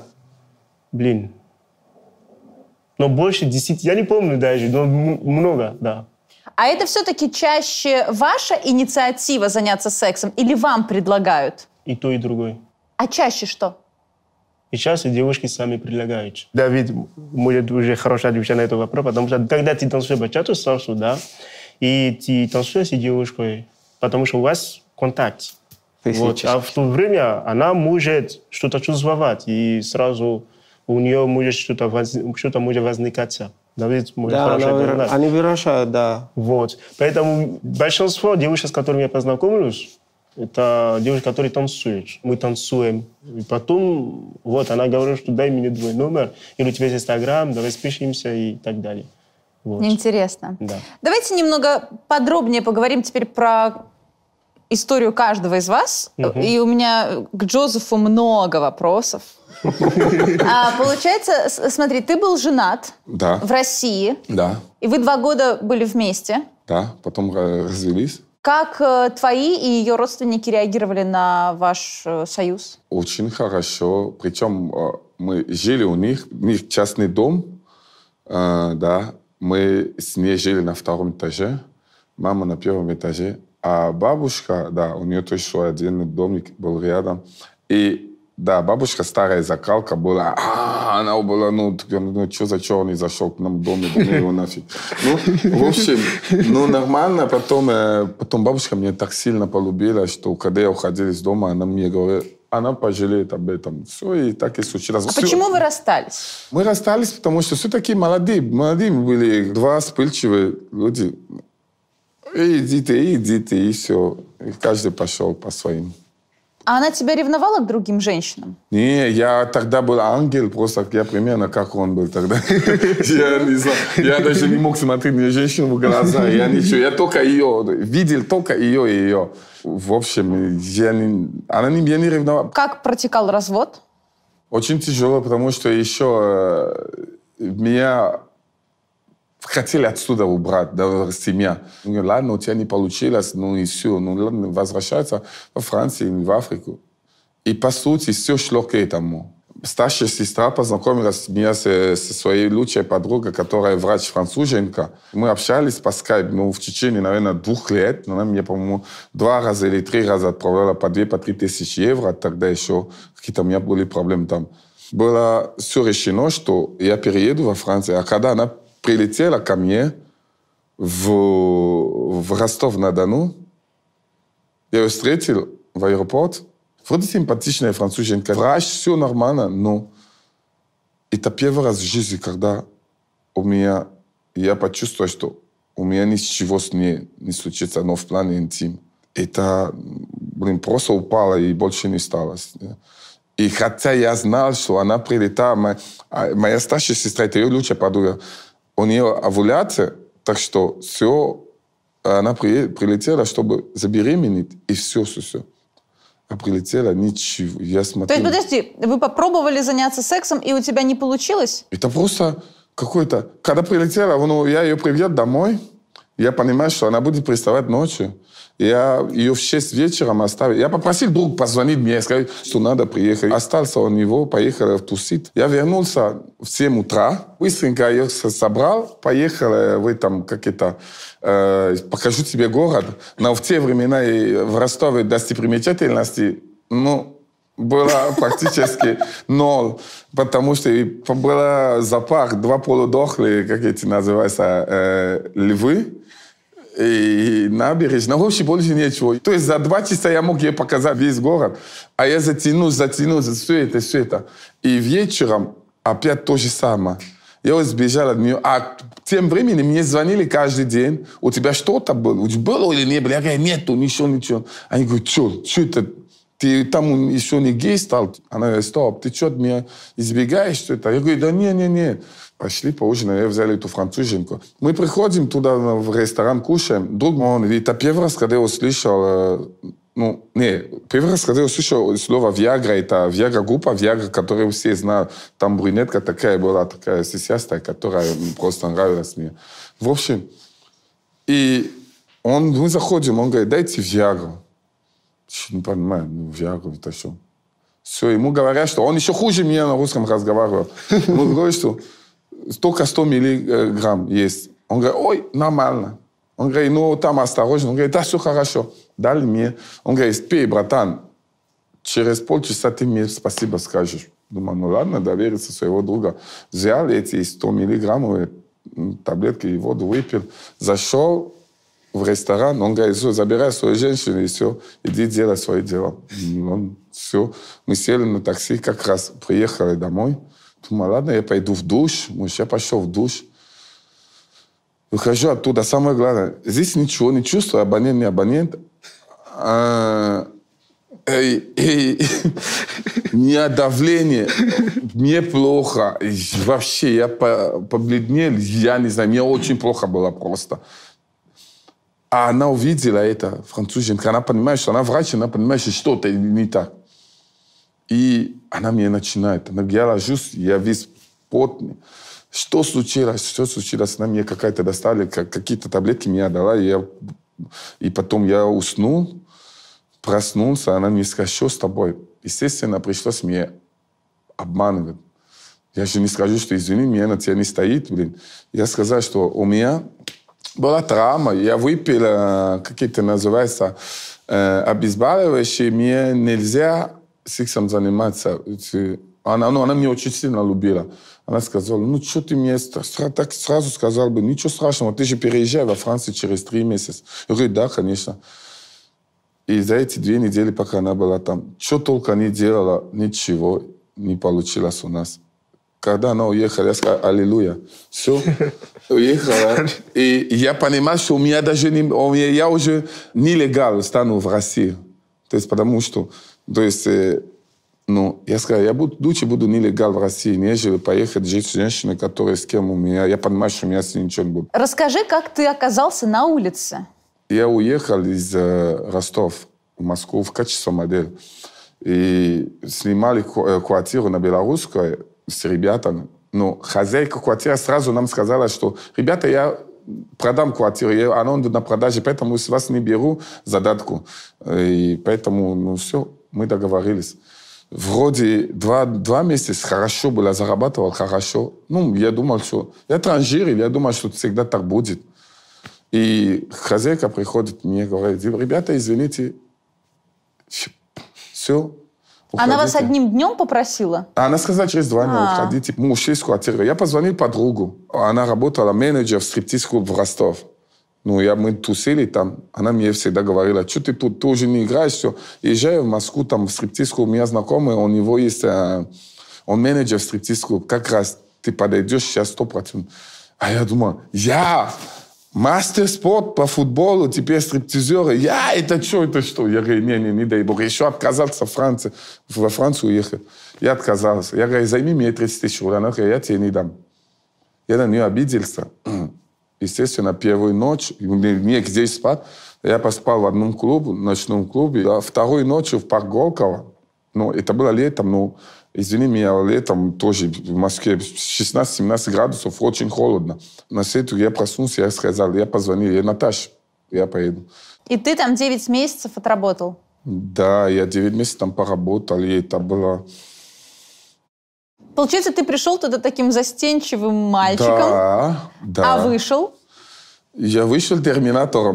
но больше 10, я не помню даже, но много, да. А это все-таки чаще ваша инициатива заняться сексом или вам предлагают? И то, и другое. А чаще что? И сейчас и девушки сами предлагают. Давид, может, уже хорошо отвечать на этот вопрос, потому что когда ты танцуешь бачату сальсу, да, и ты танцуешь с девушкой, потому что у вас контакт. Вот. А в то время она может что-то чувствовать, и сразу у нее может что-то может возникать. Давид, может, Да, хорошо это они выращивают, да. Вот. Поэтому большинство девушек, с которыми я познакомилась, Это девушка, которая танцует. Мы танцуем. И потом, вот, она говорит, что дай мне твой номер, или у тебя есть Инстаграм, давай спишемся и так далее. Вот. Интересно. Да. Давайте немного подробнее поговорим теперь про историю каждого из вас. И у меня к Джозефу много вопросов. Получается, смотри, ты был женат в России. Да. И вы 2 года были вместе. Да, потом развелись. Как твои и ее родственники реагировали на ваш союз? Очень хорошо. Причем мы жили у них частный дом, да. Мы с ней жили на 2-м этаже, мама на 1-м этаже. А бабушка, да, у нее тоже свой отдельный домик был рядом. И да, бабушка старая закалка была. Она была, ну, что за черный зашел к нам в доме, да его нафиг. Ну, в общем, ну, нормально. Потом бабушка меня так сильно полюбила, что когда я уходил из дома, она мне говорила, она пожалеет об этом. Все, и так и случилось. А почему вы расстались? Мы расстались, потому что все-таки молодые мы были 2 вспыльчивые люди. Идите, и все. И каждый пошел по своим. А она тебя ревновала к другим женщинам? Не, я тогда был ангел, просто я примерно как он был тогда. Я не знаю, я даже не мог смотреть на женщину в глаза, я только ее, видел только ее и ее. В общем, она меня не ревновала. Как протекал развод? Очень тяжело, потому что еще меня хотели отсюда убрать, да, семья. Ладно, у тебя не получилось, ну и все. Ну ладно, возвращаться во Францию или в Африку. И по сути все шло к этому. Старшая сестра познакомилась меня со своей лучшей подругой, которая врач-француженка. Мы общались по скайпу, ну, в течение, наверное, 2 лет. Она мне, по-моему, 2 раза или 3 раза отправляла по 2-3 тысячи евро. Тогда еще какие-то у меня были проблемы там. Было все решено, что я перееду во Францию. А когда она прилетела ко мне в Ростов-на-Дону, я ее встретил в аэропорт. Вроде симпатичная француженка. Врач, все нормально, но это первый раз в жизни, когда я почувствовал, что у меня ничего с ней не случится, но в плане интим. Это, просто упало и больше не стало. И хотя я знал, что она прилетала, моя старшая сестра, это ее лучшая подруга, у нее овуляция, так что все, она прилетела, чтобы забеременеть, и все. А прилетела, ничего. Я смотрел. То есть, подожди, вы попробовали заняться сексом, и у тебя не получилось? Это просто какой-то... Когда прилетела, я ее привез домой, я понимаю, что она будет приставать ночью. Я ее в 6 вечера оставил. Я попросил друга позвонить мне, сказать, что надо приехать. Остался у него, поехал в Тусит. Я вернулся в 7 утра, быстренько ее собрал, поехал в этом, покажу тебе город. Но в те времена в Ростове достопримечательности, было практически 0, потому что был зоопарк, 2 полудохлые, как эти называются, львы. И набережная. Вообще больше ничего. То есть за 2 часа я мог ей показать весь город. А я затянул, все это. И вечером опять то же самое. Я сбежал от нее. А тем временем мне звонили каждый день. У тебя что-то было? Было или не было? Я говорю, нету, ничего. Они говорят, что это? Ты там еще не гей стал? Она говорит, стоп, ты что от меня избегаешь? Что это? Я говорю, да нет. Пошли поужинали, взяли эту француженку. Мы приходим туда в ресторан, кушаем. Друг мой, это первый раз, когда я услышал... первый раз, когда я услышал слово «Виагра», это Виагра-группа, Виагра, которую все знают. Там брюнетка такая была, такая сисястая, которая просто нравилась мне. В общем, и мы заходим, он говорит, дайте Виагру. Я не понимаю, Виагру это что? Все, ему говорят, что он еще хуже меня на русском разговаривал. Он говорит, что только 100 миллиграмм есть. Он говорит, ой, нормально. Он говорит, там осторожно. Он говорит, да, все хорошо. Дали мне. Он говорит, пей, братан, через полчаса ты мне спасибо скажешь. Думаю, ладно, довериться своего друга. Взял эти 100 миллиграммовые таблетки и воду выпил. Зашел в ресторан. Он говорит, все, забирай свою женщину и все, иди делай свое дело. Все. Мы сели на такси, как раз приехали домой. Думаю, ладно, я пойду в душ. Я пошел в душ. Выхожу оттуда. Самое главное, здесь ничего не чувствую, абонент, не абонент. меня давление, мне плохо. Вообще, я побледнел, я не знаю, мне очень плохо было просто. А она увидела это, француженка, она понимает, что она врач, она понимает, что что-то не так. И она мне начинает. Она говорит, я ложусь, я весь потный. Что случилось? Что случилось? Она мне какая-то достали, какие-то таблетки мне дала. И потом я уснул, проснулся, она мне сказала, что с тобой? Естественно, пришлось мне обманывать. Я же не скажу, что извини, меня на тебя не стоит, блин. Я сказал, что у меня была травма, я выпил какие-то, называются, обезболивающие, мне нельзя сексом заниматься. Она меня очень сильно любила. Она сказала, ну что ты мне так сразу сказал бы, ничего страшного, ты же переезжай во Францию через 3 месяца. Я говорю, да, конечно. И за эти 2 недели, пока она была там, что только не делала, ничего не получилось у нас. Когда она уехала, я сказал, аллилуйя. Все, уехала. И я понимаю, что у меня даже я уже нелегал стану в России. То есть потому что, я сказал, я лучше буду нелегал в России, нежели поехать жить с женщиной, которая с кем у меня. Я понимаю, что у меня с ней ничего не будет. Расскажи, как ты оказался на улице. Я уехал из Ростова в Москву в качестве модели. И снимали квартиру на Белорусской с ребятами. Но хозяйка квартиры сразу нам сказала, что, ребята, я продам квартиру, она на продаже, поэтому с вас не беру задатку. И поэтому, все, мы договорились. Вроде 2 месяца хорошо было, зарабатывал хорошо. Я думал, что... Я транжирил, я думал, что всегда так будет. И хозяйка приходит мне, говорит, ребята, извините, все. Она вас одним днем попросила? Она сказала, через 2 дня уходите. Мы ушли с квартиры. Я позвонил подругу. Она работала менеджер в стриптиз-клуб в Ростов. Мы тусили там. Она мне всегда говорила, что ты тут тоже не играешь, все. Езжай в Москву, там в стриптиз-клуб. У меня знакомый, у него есть... он менеджер в стриптиз-клуб. Как раз ты подойдешь сейчас 100%. А я думаю, мастер спорт по футболу, теперь стриптизеры. Это что? Я говорю, не дай бог. Еще отказался во Францию уехать. Я отказался. Я говорю, займи мне 30 000 рублей. Она говорит, я тебе не дам. Я на нее обиделся. Естественно, первую ночь, мне здесь спать, я поспал в одном ночном клубе. А второй ночью в парк Горького, это было летом, извини меня, летом тоже в Москве 16-17 градусов, очень холодно. На следующий я проснулся, я сказал, я позвонил, Наташа, я поеду. И ты там 9 месяцев отработал? Да, я 9 месяцев там поработал, и это было... Получается, ты пришел туда таким застенчивым мальчиком, да. А вышел? Я вышел терминатором.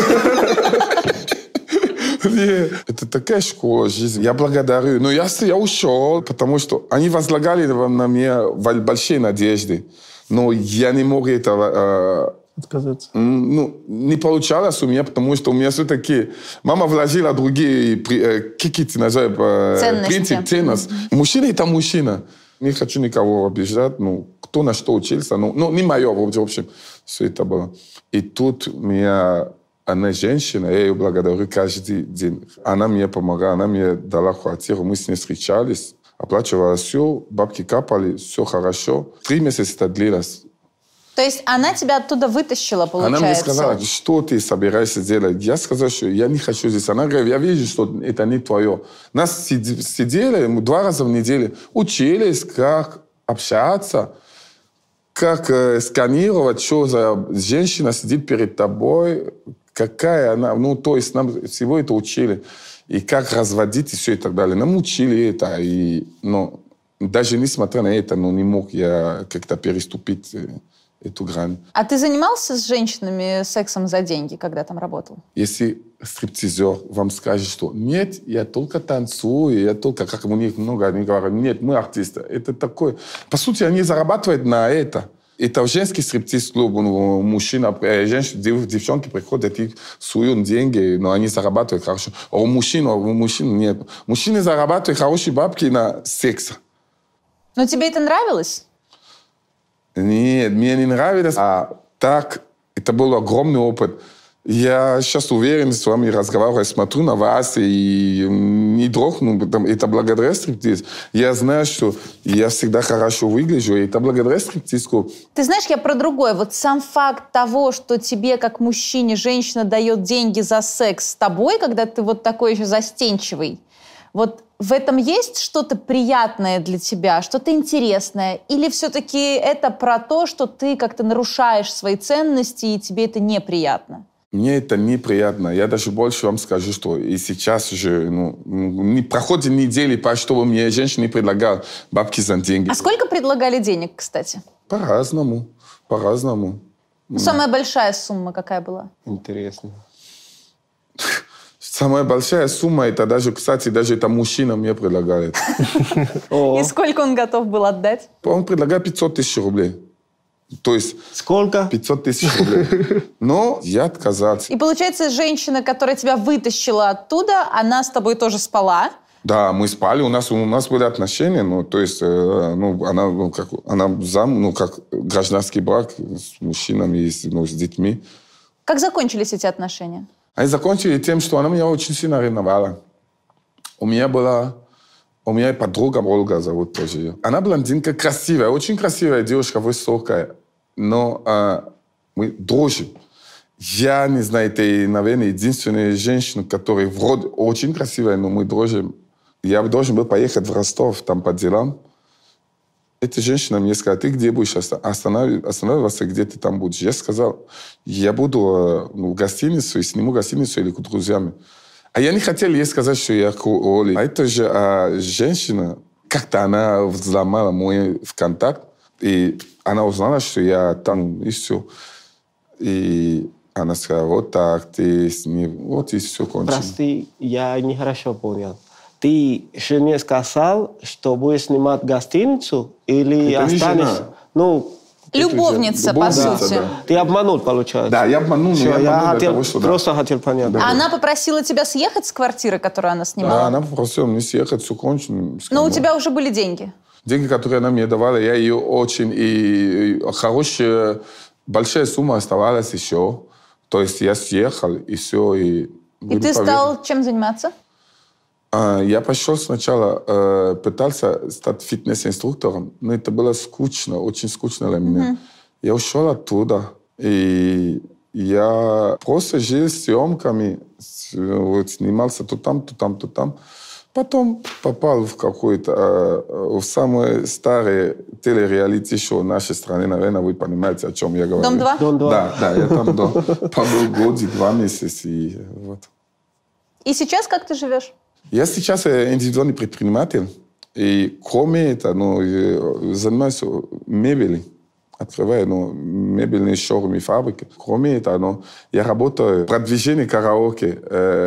Это такая школа жизни. Я благодарю. Но я ушел, потому что они возлагали на меня большие надежды. Но я не мог этого... Отказаться. Не получалось у меня, потому что у меня все-таки... Мама вложила другие какие-то, принципы, ценности. Мужчина – это мужчина. Не хочу никого обижать. Кто на что учился. Не мое, в общем, все это было. И тут у меня... Она женщина, я ее благодарю каждый день. Она мне помогала, она мне дала квартиру, мы с ней встречались, оплачивала все, бабки капали, все хорошо. 3 месяца это длилось. То есть она тебя оттуда вытащила, получается? Она мне сказала, что ты собираешься делать? Я сказал, что я не хочу здесь. Она говорит, я вижу, что это не твое. Нас сидели 2 раза в неделю, учились, как общаться, как сканировать, что за женщина сидит перед тобой, какая она, то есть нам всего это учили. И как разводить, и все, и так далее. Нам учили это, но даже несмотря на это, не мог я как-то переступить эту грань. А ты занимался с женщинами сексом за деньги, когда там работал? Если стриптизер вам скажет, что нет, я только танцую, я только, как у них много, они говорят, нет, мы артисты. Это такое. По сути, они зарабатывают на это. Это женский стриптиз-клуб, мужчина, девчонки приходят и суют деньги, но они зарабатывают хорошо. А у мужчин нет. Мужчины зарабатывают хорошие бабки на секс. Но тебе это нравилось? Нет, мне не нравилось. А так, это был огромный опыт. Я сейчас уверен, с вами разговариваю, смотрю на вас и не дрогну, это благодаря стриптиз. Я знаю, что я всегда хорошо выгляжу, и это благодаря стриптизку. Ты знаешь, я про другое. Вот сам факт того, что тебе, как мужчине, женщина дает деньги за секс с тобой, когда ты вот такой еще застенчивый, вот в этом есть что-то приятное для тебя, что-то интересное? Или все-таки это про то, что ты как-то нарушаешь свои ценности, и тебе это неприятно? Мне это неприятно. Я даже больше вам скажу, что и сейчас уже не проходит недели, чтобы мне женщины предлагали бабки за деньги. А сколько предлагали денег, кстати? По-разному. По-разному. Самая большая сумма какая была? Интересно. Самая большая сумма, это даже, кстати, даже это мужчина мне предлагает. И сколько он готов был отдать? Он предлагает 500 тысяч рублей. То есть... Сколько? 500 тысяч рублей. Но я отказался. И получается, женщина, которая тебя вытащила оттуда, она с тобой тоже спала? Да, мы спали, у нас были отношения, то есть, она как гражданский брак с мужчинами и с детьми. Как закончились эти отношения? Они закончили тем, что она меня очень сильно ревновала. У меня подруга Ольга зовут тоже ее. Она блондинка, красивая, очень красивая девушка, высокая. Но мы дружим. Я не знаю, это, наверное, единственная женщина, которая вроде очень красивая, но мы дружим. Я должен был поехать в Ростов, там по делам. Эта женщина мне сказала: ты где будешь останавливаться, где ты там будешь? Я сказал: я буду в гостиницу, и сниму гостиницу или к друзьям. А я не хотел ей сказать, что я к Оле. А эта же женщина, как-то она взломала мой ВКонтакт, и она узнала, что я там, и все. И она сказала: вот так, ты с ней, вот и все кончено. Прости, я нехорошо понял. Ты жене сказал, что будешь снимать гостиницу или это останешься? Любовница, по сути. Да. Ты обманул, получается. Да, я обманул, просто хотел понять. А она попросила тебя съехать с квартиры, которую она снимала? Да, она попросила мне съехать, все кончено. Но у тебя уже были деньги? Деньги, которые она мне давала, я ее очень... И хорошая, большая сумма оставалась еще. То есть я съехал, и все. И ты стал чем заниматься? Я пошел сначала, пытался стать фитнес-инструктором, но это было скучно, очень скучно для меня. Я ушел оттуда, и я просто жил съемками, снимался то там, то там, то там. Потом попал в в самое старое телереалити-шоу нашей страны. Наверное, вы понимаете, о чем я говорю. «Дом-2»? «Дом-2». Да, я там побыл год и 2 месяца. И вот. И сейчас как ты живешь? Я сейчас индивидуальный предприниматель. И кроме этого, занимаюсь мебелью. Открываю мебельные шоурумы и фабрики. Кроме этого, я работаю в продвижении караоке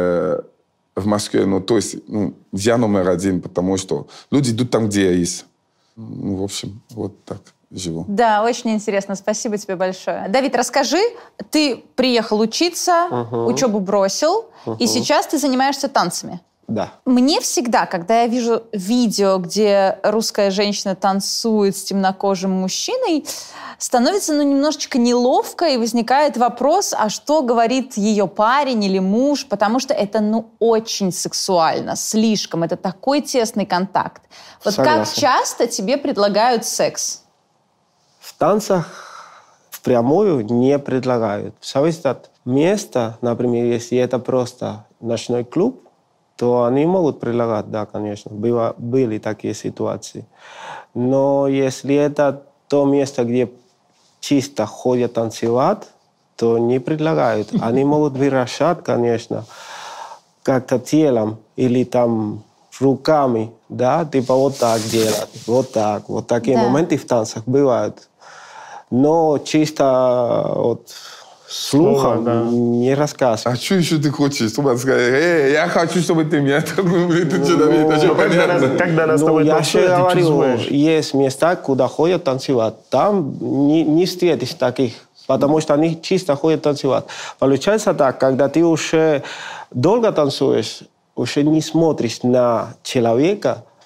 в Москве. То есть я номер 1, потому что люди идут там, где я есть. В общем, вот так живу. Да, очень интересно. Спасибо тебе большое. Давид, расскажи, ты приехал учиться, учебу бросил, и сейчас ты занимаешься танцами. Да. Мне всегда, когда я вижу видео, где русская женщина танцует с темнокожим мужчиной, становится немножечко неловко, и возникает вопрос, а что говорит ее парень или муж, потому что это очень сексуально, слишком, это такой тесный контакт. Вот Согласен. как часто тебе предлагают секс? В танцах впрямую не предлагают. Зависит от места. Например, если это просто ночной клуб, то они могут предлагать, да, конечно. Были такие ситуации. Но если это то место, где чисто ходят танцевать, то не предлагают. Они могут выращать, конечно, как-то телом или там руками, да, типа вот так делать, вот так. Вот такие моменты в танцах бывают. Но чисто слухом не рассказывают. А что еще ты хочешь? Чтобы сказать: я хочу, чтобы ты меня так любил, ты что, Давид, это понятно. Когда она с тобой я танцует, же ты говорю, чувствуешь. есть места, куда ходят танцевать. Там не встретишь таких, потому что они чисто ходят танцевать. Получается так, когда ты уже долго танцуешь, уже не смотришь на человека,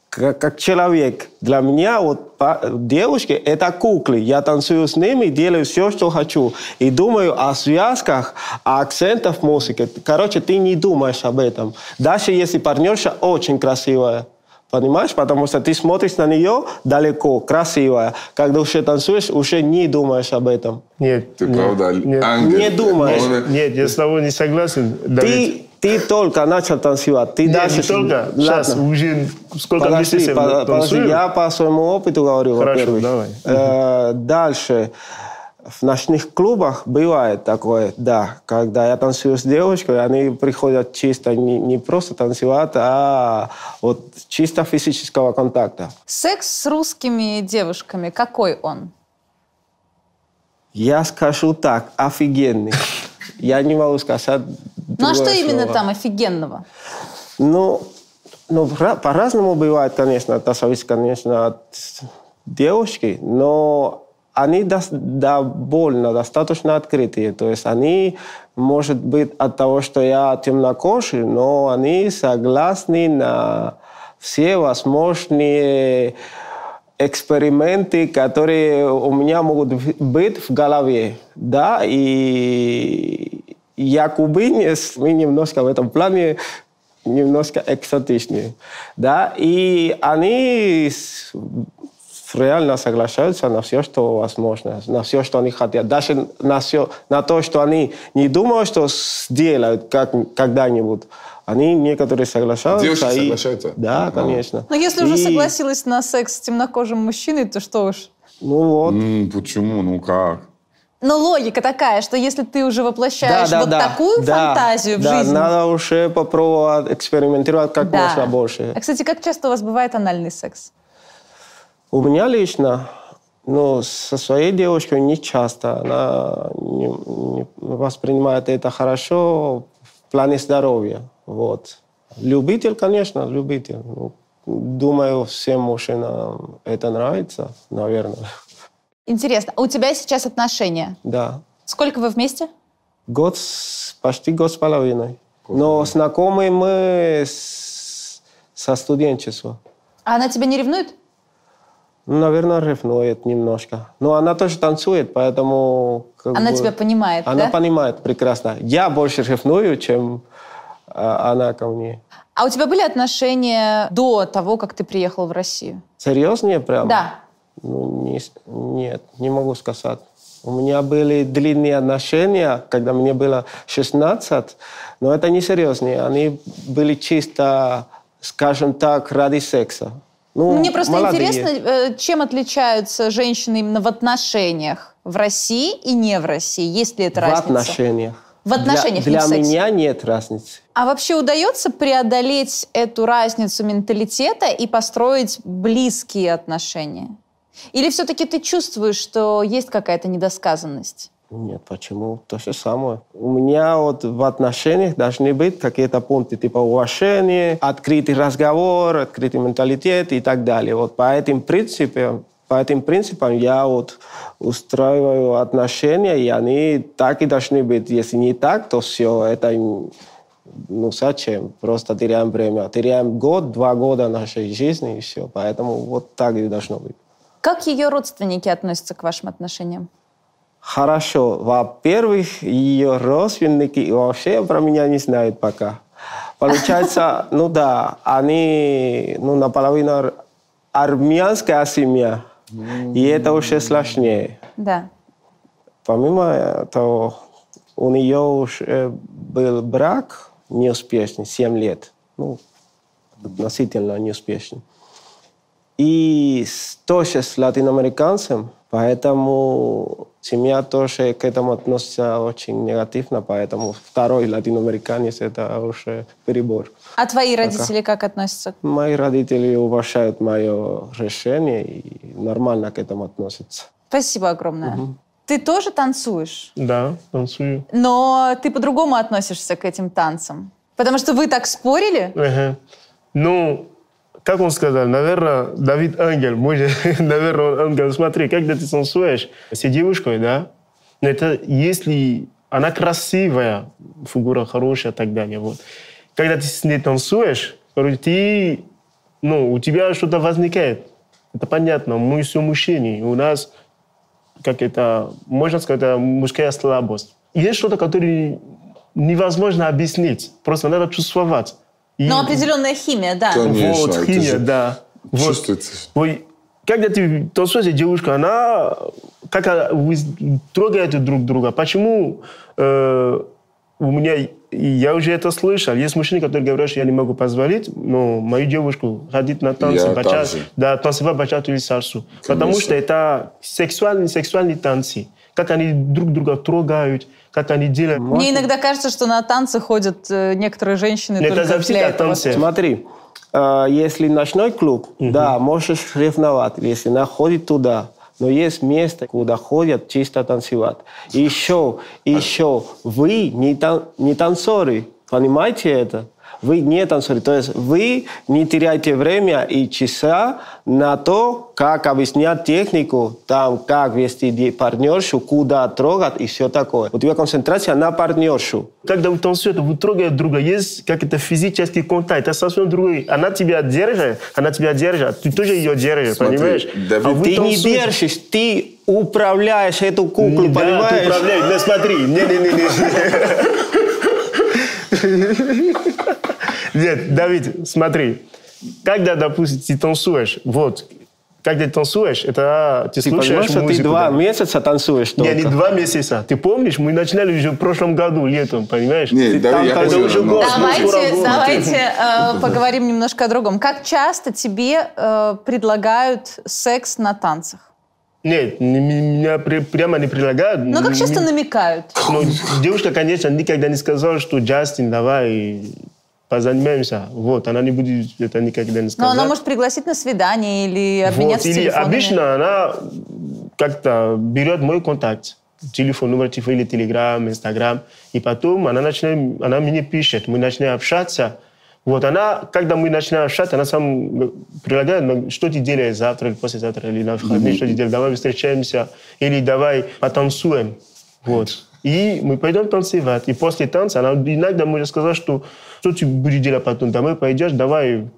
как человек. Для меня вот девушки – это куклы. Я танцую с ними, делаю все, что хочу. И думаю о связках, о акцентах музыки. Короче, ты не думаешь об этом. Даже если партнерша очень красивая. Понимаешь? Потому что ты смотришь на нее далеко, красивая. Когда уже танцуешь, уже не думаешь об этом. Нет. Ты правда ангел. Не думаешь. Нет, я с тобой не согласен, Давид. Ты только начал танцевать. Ты Нет, дальше... не только. Сейчас уже сколько Подожди, месяцев подожди, танцую. я по своему опыту говорю, Хорошо, во-первых. давай. Дальше. В ночных клубах бывает такое, да, когда я танцую с девушкой, они приходят чисто не просто танцевать, а вот чисто физического контакта. Секс с русскими девушками, какой он? Я скажу так, офигенный. Я не могу сказать Ну а что другое именно слово. там офигенного? Ну, по-разному бывает, конечно. Это зависит, конечно, от девушки, но они довольно достаточно открытые. То есть они, может быть, от того, что я темнокожий, но они согласны на все возможные эксперименты, которые у меня могут быть в голове. Да, и я кубинец, мы немножко в этом плане немножко экзотичнее. Да, и они реально соглашаются на все, что возможно, на все, что они хотят. Даже на то, что они не думают, что сделают когда-нибудь. Они некоторые соглашаются. Девушки соглашаются? Да, конечно. Но если уже согласилась на секс с темнокожим мужчиной, то что уж. Ну вот. Почему? Ну как? Но логика такая, что если ты уже воплощаешь такую фантазию в жизнь... надо уже попробовать экспериментировать как можно больше. А, кстати, как часто у вас бывает анальный секс? У меня лично, со своей девушкой не часто. Она не воспринимает это хорошо в плане здоровья. Вот. Любитель, конечно, любитель. Думаю, всем мужчинам это нравится, наверное. Интересно, а у тебя сейчас отношения? Да. Сколько вы вместе? Почти год с половиной. Но знакомы мы со студенчества. А она тебя не ревнует? Наверное, ревнует немножко. Но она тоже танцует, поэтому... Она тебя понимает, да? Она понимает прекрасно. Я больше ревную, чем она ко мне. А у тебя были отношения до того, как ты приехал в Россию? Серьезнее прям? Да. Нет, не могу сказать. У меня были длинные отношения, когда мне было 16, но это не серьезные. Они были чисто, скажем так, ради секса. Мне просто молодые. интересно, чем отличаются женщины именно в отношениях в России и не в России? Есть ли эта разница? В отношениях. В отношениях, не для в сексе. меня нет разницы. А вообще удается преодолеть эту разницу менталитета и построить близкие отношения? Или все-таки ты чувствуешь, что есть какая-то недосказанность? Нет, почему? То же самое. У меня вот в отношениях должны быть какие-то пункты, типа уважение, открытый разговор, открытый менталитет и так далее. Вот по этим принципам я вот устраиваю отношения, и они так и должны быть. Если не так, то все, это зачем? Просто теряем время. Теряем 2 года нашей жизни, и все. Поэтому вот так и должно быть. Как ее родственники относятся к вашим отношениям? Хорошо. Во-первых, ее родственники вообще про меня не знают пока. Получается, они наполовину армянская семья, и это уже сложнее. Да. Помимо того, у нее уже был брак неуспешный, 7 лет. Относительно неуспешный. И тоже с латиноамериканцем, поэтому семья тоже к этому относится очень негативно, поэтому второй латиноамериканец – это уже перебор. А твои родители как относятся? Мои родители уважают мое решение и нормально к этому относятся. Спасибо огромное. Угу. Ты тоже танцуешь? Да, танцую. Но ты по-другому относишься к этим танцам? Потому что вы так спорили? Как он сказал, наверное, Давид ангел. Наверное, ангел. Смотри, когда ты танцуешь с девушкой, да, это если она красивая, фигура хорошая и так далее. Вот. Когда ты с ней танцуешь, ты ну, у тебя что-то возникает. Это понятно, мы все мужчины, у нас, как это, можно сказать, это мужская слабость. Есть что-то, которое невозможно объяснить, просто надо чувствовать. Но определенная химия, да. Конечно, Вот, это химия, же да. Вот. чувствуется. Ой, когда ты танцуешь, девушка, она, как вы трогаете друг друга. Почему у меня, я уже это слышал, есть мужчины, которые говорят, что я не могу позволить, но мою девушку ходить на танцы, танцевать бачату или сальсу. Потому что это сексуальные танцы. Как они друг друга трогают, как они делают. Мне иногда кажется, что на танцы ходят некоторые женщины Это только зависит для от этого. танца. Смотри, если ночной клуб, да, можешь ревновать, если она ходит туда. Но есть место, куда ходят чисто танцевать. И еще, вы не танцоры, понимаете это? Вы не танцоры, то есть вы не теряете время и часа на то, как объяснять технику, там, как вести партнершу, куда трогать и все такое. У тебя концентрация на партнершу. Когда вы танцуете, вы трогаете друга, есть как-то физический контакт, это совсем другой. Она тебя держит, ты тоже ее держишь, понимаешь? Давид, Ты не держишь, ты управляешь эту куклу, Да, понимаешь? ты управляешь, но смотри, Нет, Давид, смотри. Когда, допустим, ты танцуешь, когда ты танцуешь, это ты слушаешь понимаешь, что музыку. ты 2 месяца танцуешь только? Не 2 месяца. Ты помнишь, мы начинали уже в прошлом году, летом, понимаешь? Нет, Давид, я это понял, уже но- год. Давайте поговорим немножко о другом. Как часто тебе предлагают секс на танцах? Нет, меня прямо не предлагают. Ну, как часто намекают? Ну, девушка, конечно, никогда не сказала, что Джастин, давай позанимаемся. Вот, она не будет это никогда не Но сказать. она может пригласить на свидание или обменяться Или телефонами. обычно она как-то берет мой контакт, номер телефона или Телеграм, Инстаграм, и потом она мне пишет, мы начинаем общаться. Вот она, когда мы начинаем общаться, она сам предлагает, что ты делаешь завтра или послезавтра, или на выходные, что ты делаешь, давай встречаемся, или давай потанцуем. Вот. И мы пойдем танцевать. И после танца она иногда может сказать, что ты будешь делать потом, домой пойдешь, давай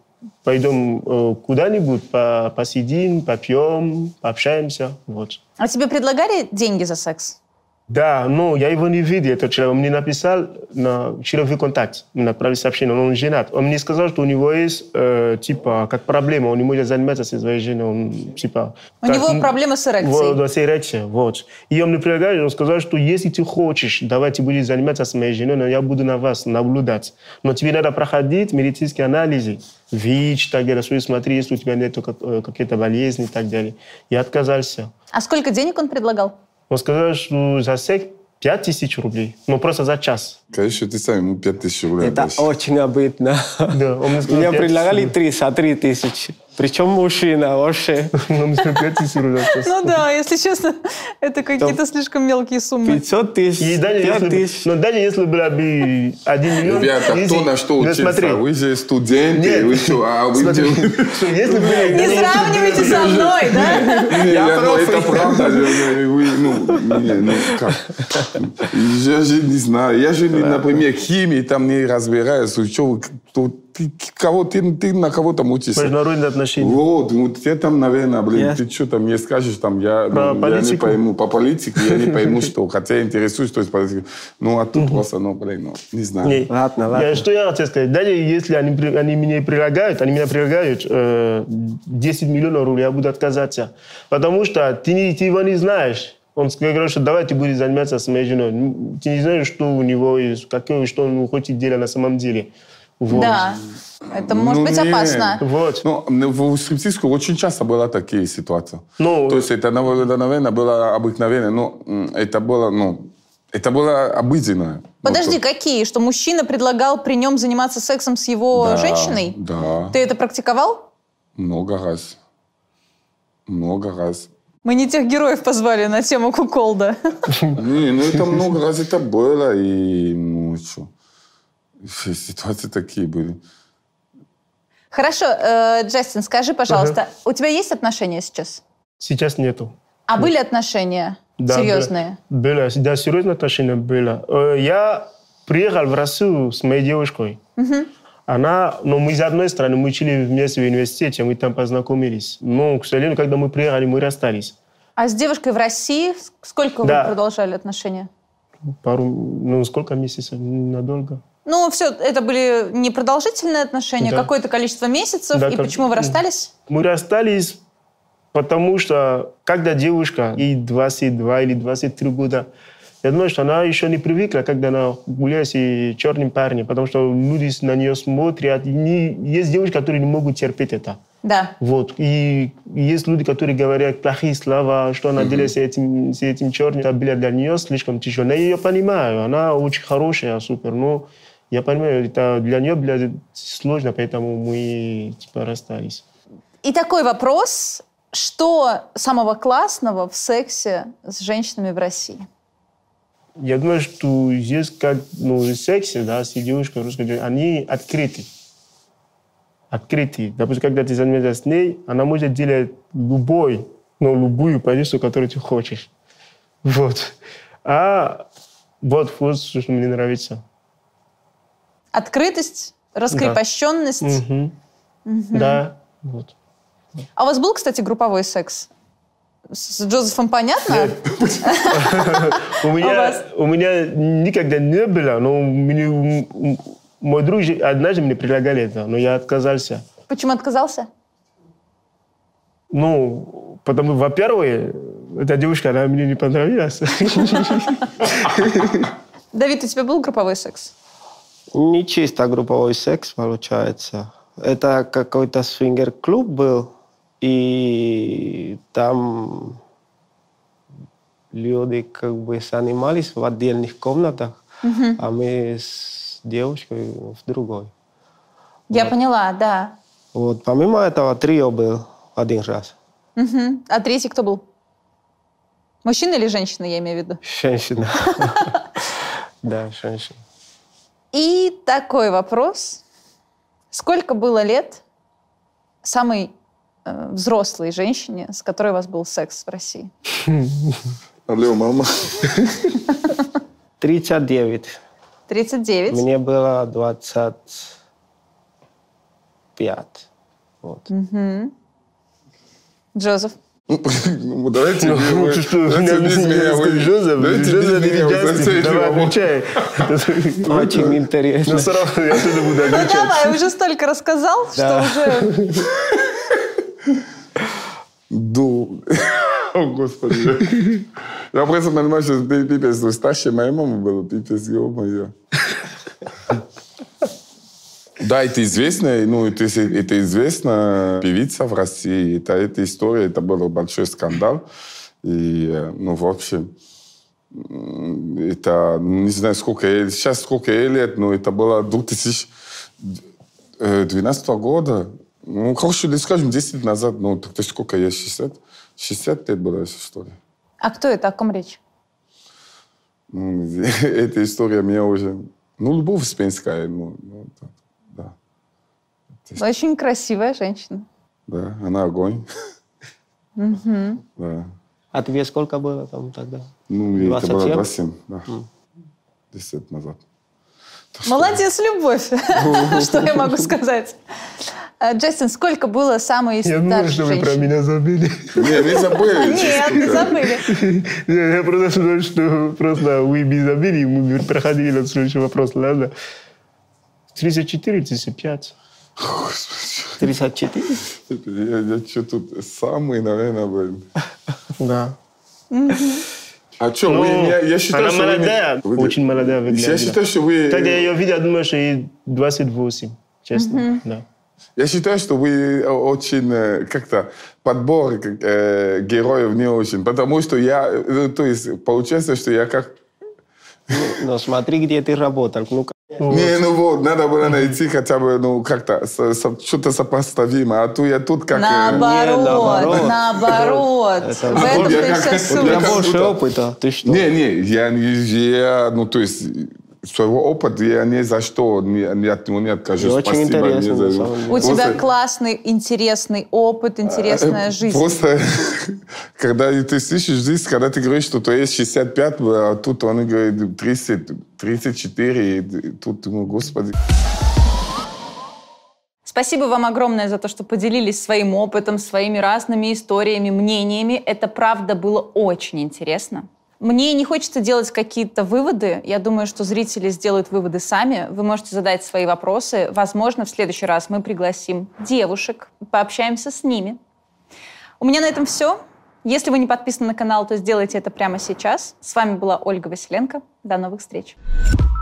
пойдем куда-нибудь, посидим, попьем, пообщаемся. Вот. А тебе предлагали деньги за секс? Да, но я его не видел, этот человек. Он мне написал на человек контакт, мне направил сообщение, он женат. Он мне сказал, что у него есть, как проблема, он не может заниматься со своей женой. Он, у него проблемы с эрекцией. Вот, с эрекцией, вот. И он мне предлагал, он сказал, что если ты хочешь, давай ты будешь заниматься с моей женой, но я буду на вас наблюдать. Но тебе надо проходить медицинские анализы. ВИЧ, так далее, смотри, если у тебя нет какие-то болезни и так далее. Я отказался. А сколько денег он предлагал? Он сказал, что за секс 5000 рублей. Ну, просто за час. Конечно, ты сам ему 5000 рублей Это отдашь. очень обидно. Да, он мне сказал, Мне 5000 предлагали рублей. 3000. Причем мужчина вообще. Он мне сказал 5000 рублей за час. Ну да, если честно, это какие-то слишком мелкие суммы. 500 тысяч, И даже 5000. даже если было бы 1 миллион... Ребята, кто на что учится? Смотри, Вы же студенты, Нет. вы что, смотри, что если бы... Не сравнивайте со мной, да? Ну, это правда. Как? Я же не знаю. Я же, например, химии там не разбираюсь. Ты на кого там учишься? Международные отношения. Вот, ты там, наверное, Я- ты что там мне скажешь, там, я не политику? пойму. По политике я не пойму, что. Хотя я интересуюсь, что есть политика. Ну, а тут просто, не знаю. Не. Ладно. Что я хотел сказать? Даже если они меня предлагают 10 миллионов рублей, я буду отказаться. Потому что ты его не знаешь. Он говорит, что давай ты будешь заниматься с моей женой. Ты не знаешь, что у него есть, что он хочет делать на самом деле. Вот. Да, это может быть нет. опасно. Вот. Ну, в стриптизке очень часто были такие ситуации. Ну, То есть это, наверное, было обыкновенно, но это было обыденное. Подожди, какие? Что мужчина предлагал при нем заниматься сексом с его Да, женщиной? Да. Ты это практиковал? Много раз. Мы не тех героев позвали на тему куколда. Не, это много раз это было, и что? Ситуации такие были. Хорошо, Джастин, скажи, пожалуйста, у тебя есть отношения сейчас? сейчас нету. А были отношения Да, серьезные? Было. Да, серьезные отношения было. Я приехал в Россию с моей девушкой. Но мы из одной страны, мы учили вместе в университете, мы там познакомились. Но, к сожалению, когда мы приехали, мы расстались. А с девушкой в России сколько вы продолжали отношения? Сколько месяцев? Надолго. Все, это были непродолжительные отношения, какое-то количество месяцев. Да, и почему вы расстались? Мы расстались, потому что когда девушка, ей 22 или 23 года, я думаю, что она еще не привыкла, когда она гуляет с черным парнем, потому что люди на нее смотрят. Есть девушки, которые не могут терпеть это. Да. И есть люди, которые говорят плохие слова, что она делает с этим черным. Это было для нее слишком тяжело. Я ее понимаю, она очень хорошая, супер, но я понимаю, это для нее было сложно, поэтому мы расстались. И такой вопрос, что самого классного в сексе с женщинами в России? Я думаю, что здесь, как в сексе, да, с девушкой русской, они открыты. Допустим, когда ты занимаешься с ней, она может делать любую позицию, которую ты хочешь. Вот. Вот что мне нравится. Открытость, раскрепощенность. Да. Да. Вот. А у вас был, кстати, групповой секс? С Джозефом понятно? Нет. У меня никогда не было, но мой друг однажды мне предлагали это, но я отказался. Почему отказался? Потому, во-первых, эта девушка, она мне не понравилась. Давид, у тебя был групповой секс? Не чисто групповой секс, получается. Это какой-то свингер-клуб был, и там люди занимались в отдельных комнатах, а мы с девушкой в другой. Я поняла, да. Вот, помимо этого, трио был один раз. А третий кто был? Мужчина или женщина, я имею в виду? Женщина. Да, женщина. И такой вопрос. Сколько было лет самой взрослой женщине, с которой у вас был секс в России? Алло, мама. 39. 39? Мне было 25. Вот. Джозеф? Давайте Давай, отвечай. Очень интересно. Я тоже буду отвечать. Давай, уже столько рассказал, что уже... О, Господи. Я просто понимаю, что пипец старше моей мамы был, пипец, ё-моё. Да, это известная, это известная певица в России. Эта история, это был большой скандал. И, в общем, это, не знаю, сейчас сколько ей лет, но это было 2012 года. Хорошо, скажем, 10 лет назад. Так сколько ей, 60? 60 лет была эта история. А кто это? О ком речь? Эта история меня уже... Любовь Успенская. Да. Очень красивая женщина. Да, она огонь. Да. А тебе сколько было там тогда? Это было 27, да. 10 лет назад. Молодец, Любовь. Что я могу сказать? Джастин, сколько было самой старшей женщины? Я думаю, что вы про меня забыли. Не забыли. Нет, не забыли. Я просто думаю, что вы не забыли, и мы проходили на следующий вопрос. Ладно. 34, 35. 34? Я что тут самый, наверное, был. Да. А что, я считаю, она что молодая, очень молодая выглядела. Я считаю, что вы... Когда я ее видел, я думаю, что ей 28, честно. Да. Я считаю, что вы очень как-то подбор героев не очень, потому что получается, что я как... Ну, смотри, где ты работал. Надо было найти хотя бы, как-то, что-то сопоставимое. А то я тут как... Наоборот. В этом ты вся суть. У тебя больше опыта. Ты что? Своего опыта я ни за что не откажусь. Очень интересно. У тебя классный, интересный опыт, интересная жизнь. Просто, когда ты слышишь здесь, когда ты говоришь, что то есть 65, а тут он говорит 30, 34, и тут, Господи. Спасибо вам огромное за то, что поделились своим опытом, своими разными историями, мнениями. Это, правда, было очень интересно. Мне не хочется делать какие-то выводы. Я думаю, что зрители сделают выводы сами. Вы можете задать свои вопросы. Возможно, в следующий раз мы пригласим девушек, пообщаемся с ними. У меня на этом все. Если вы не подписаны на канал, то сделайте это прямо сейчас. С вами была Ольга Василенко. До новых встреч.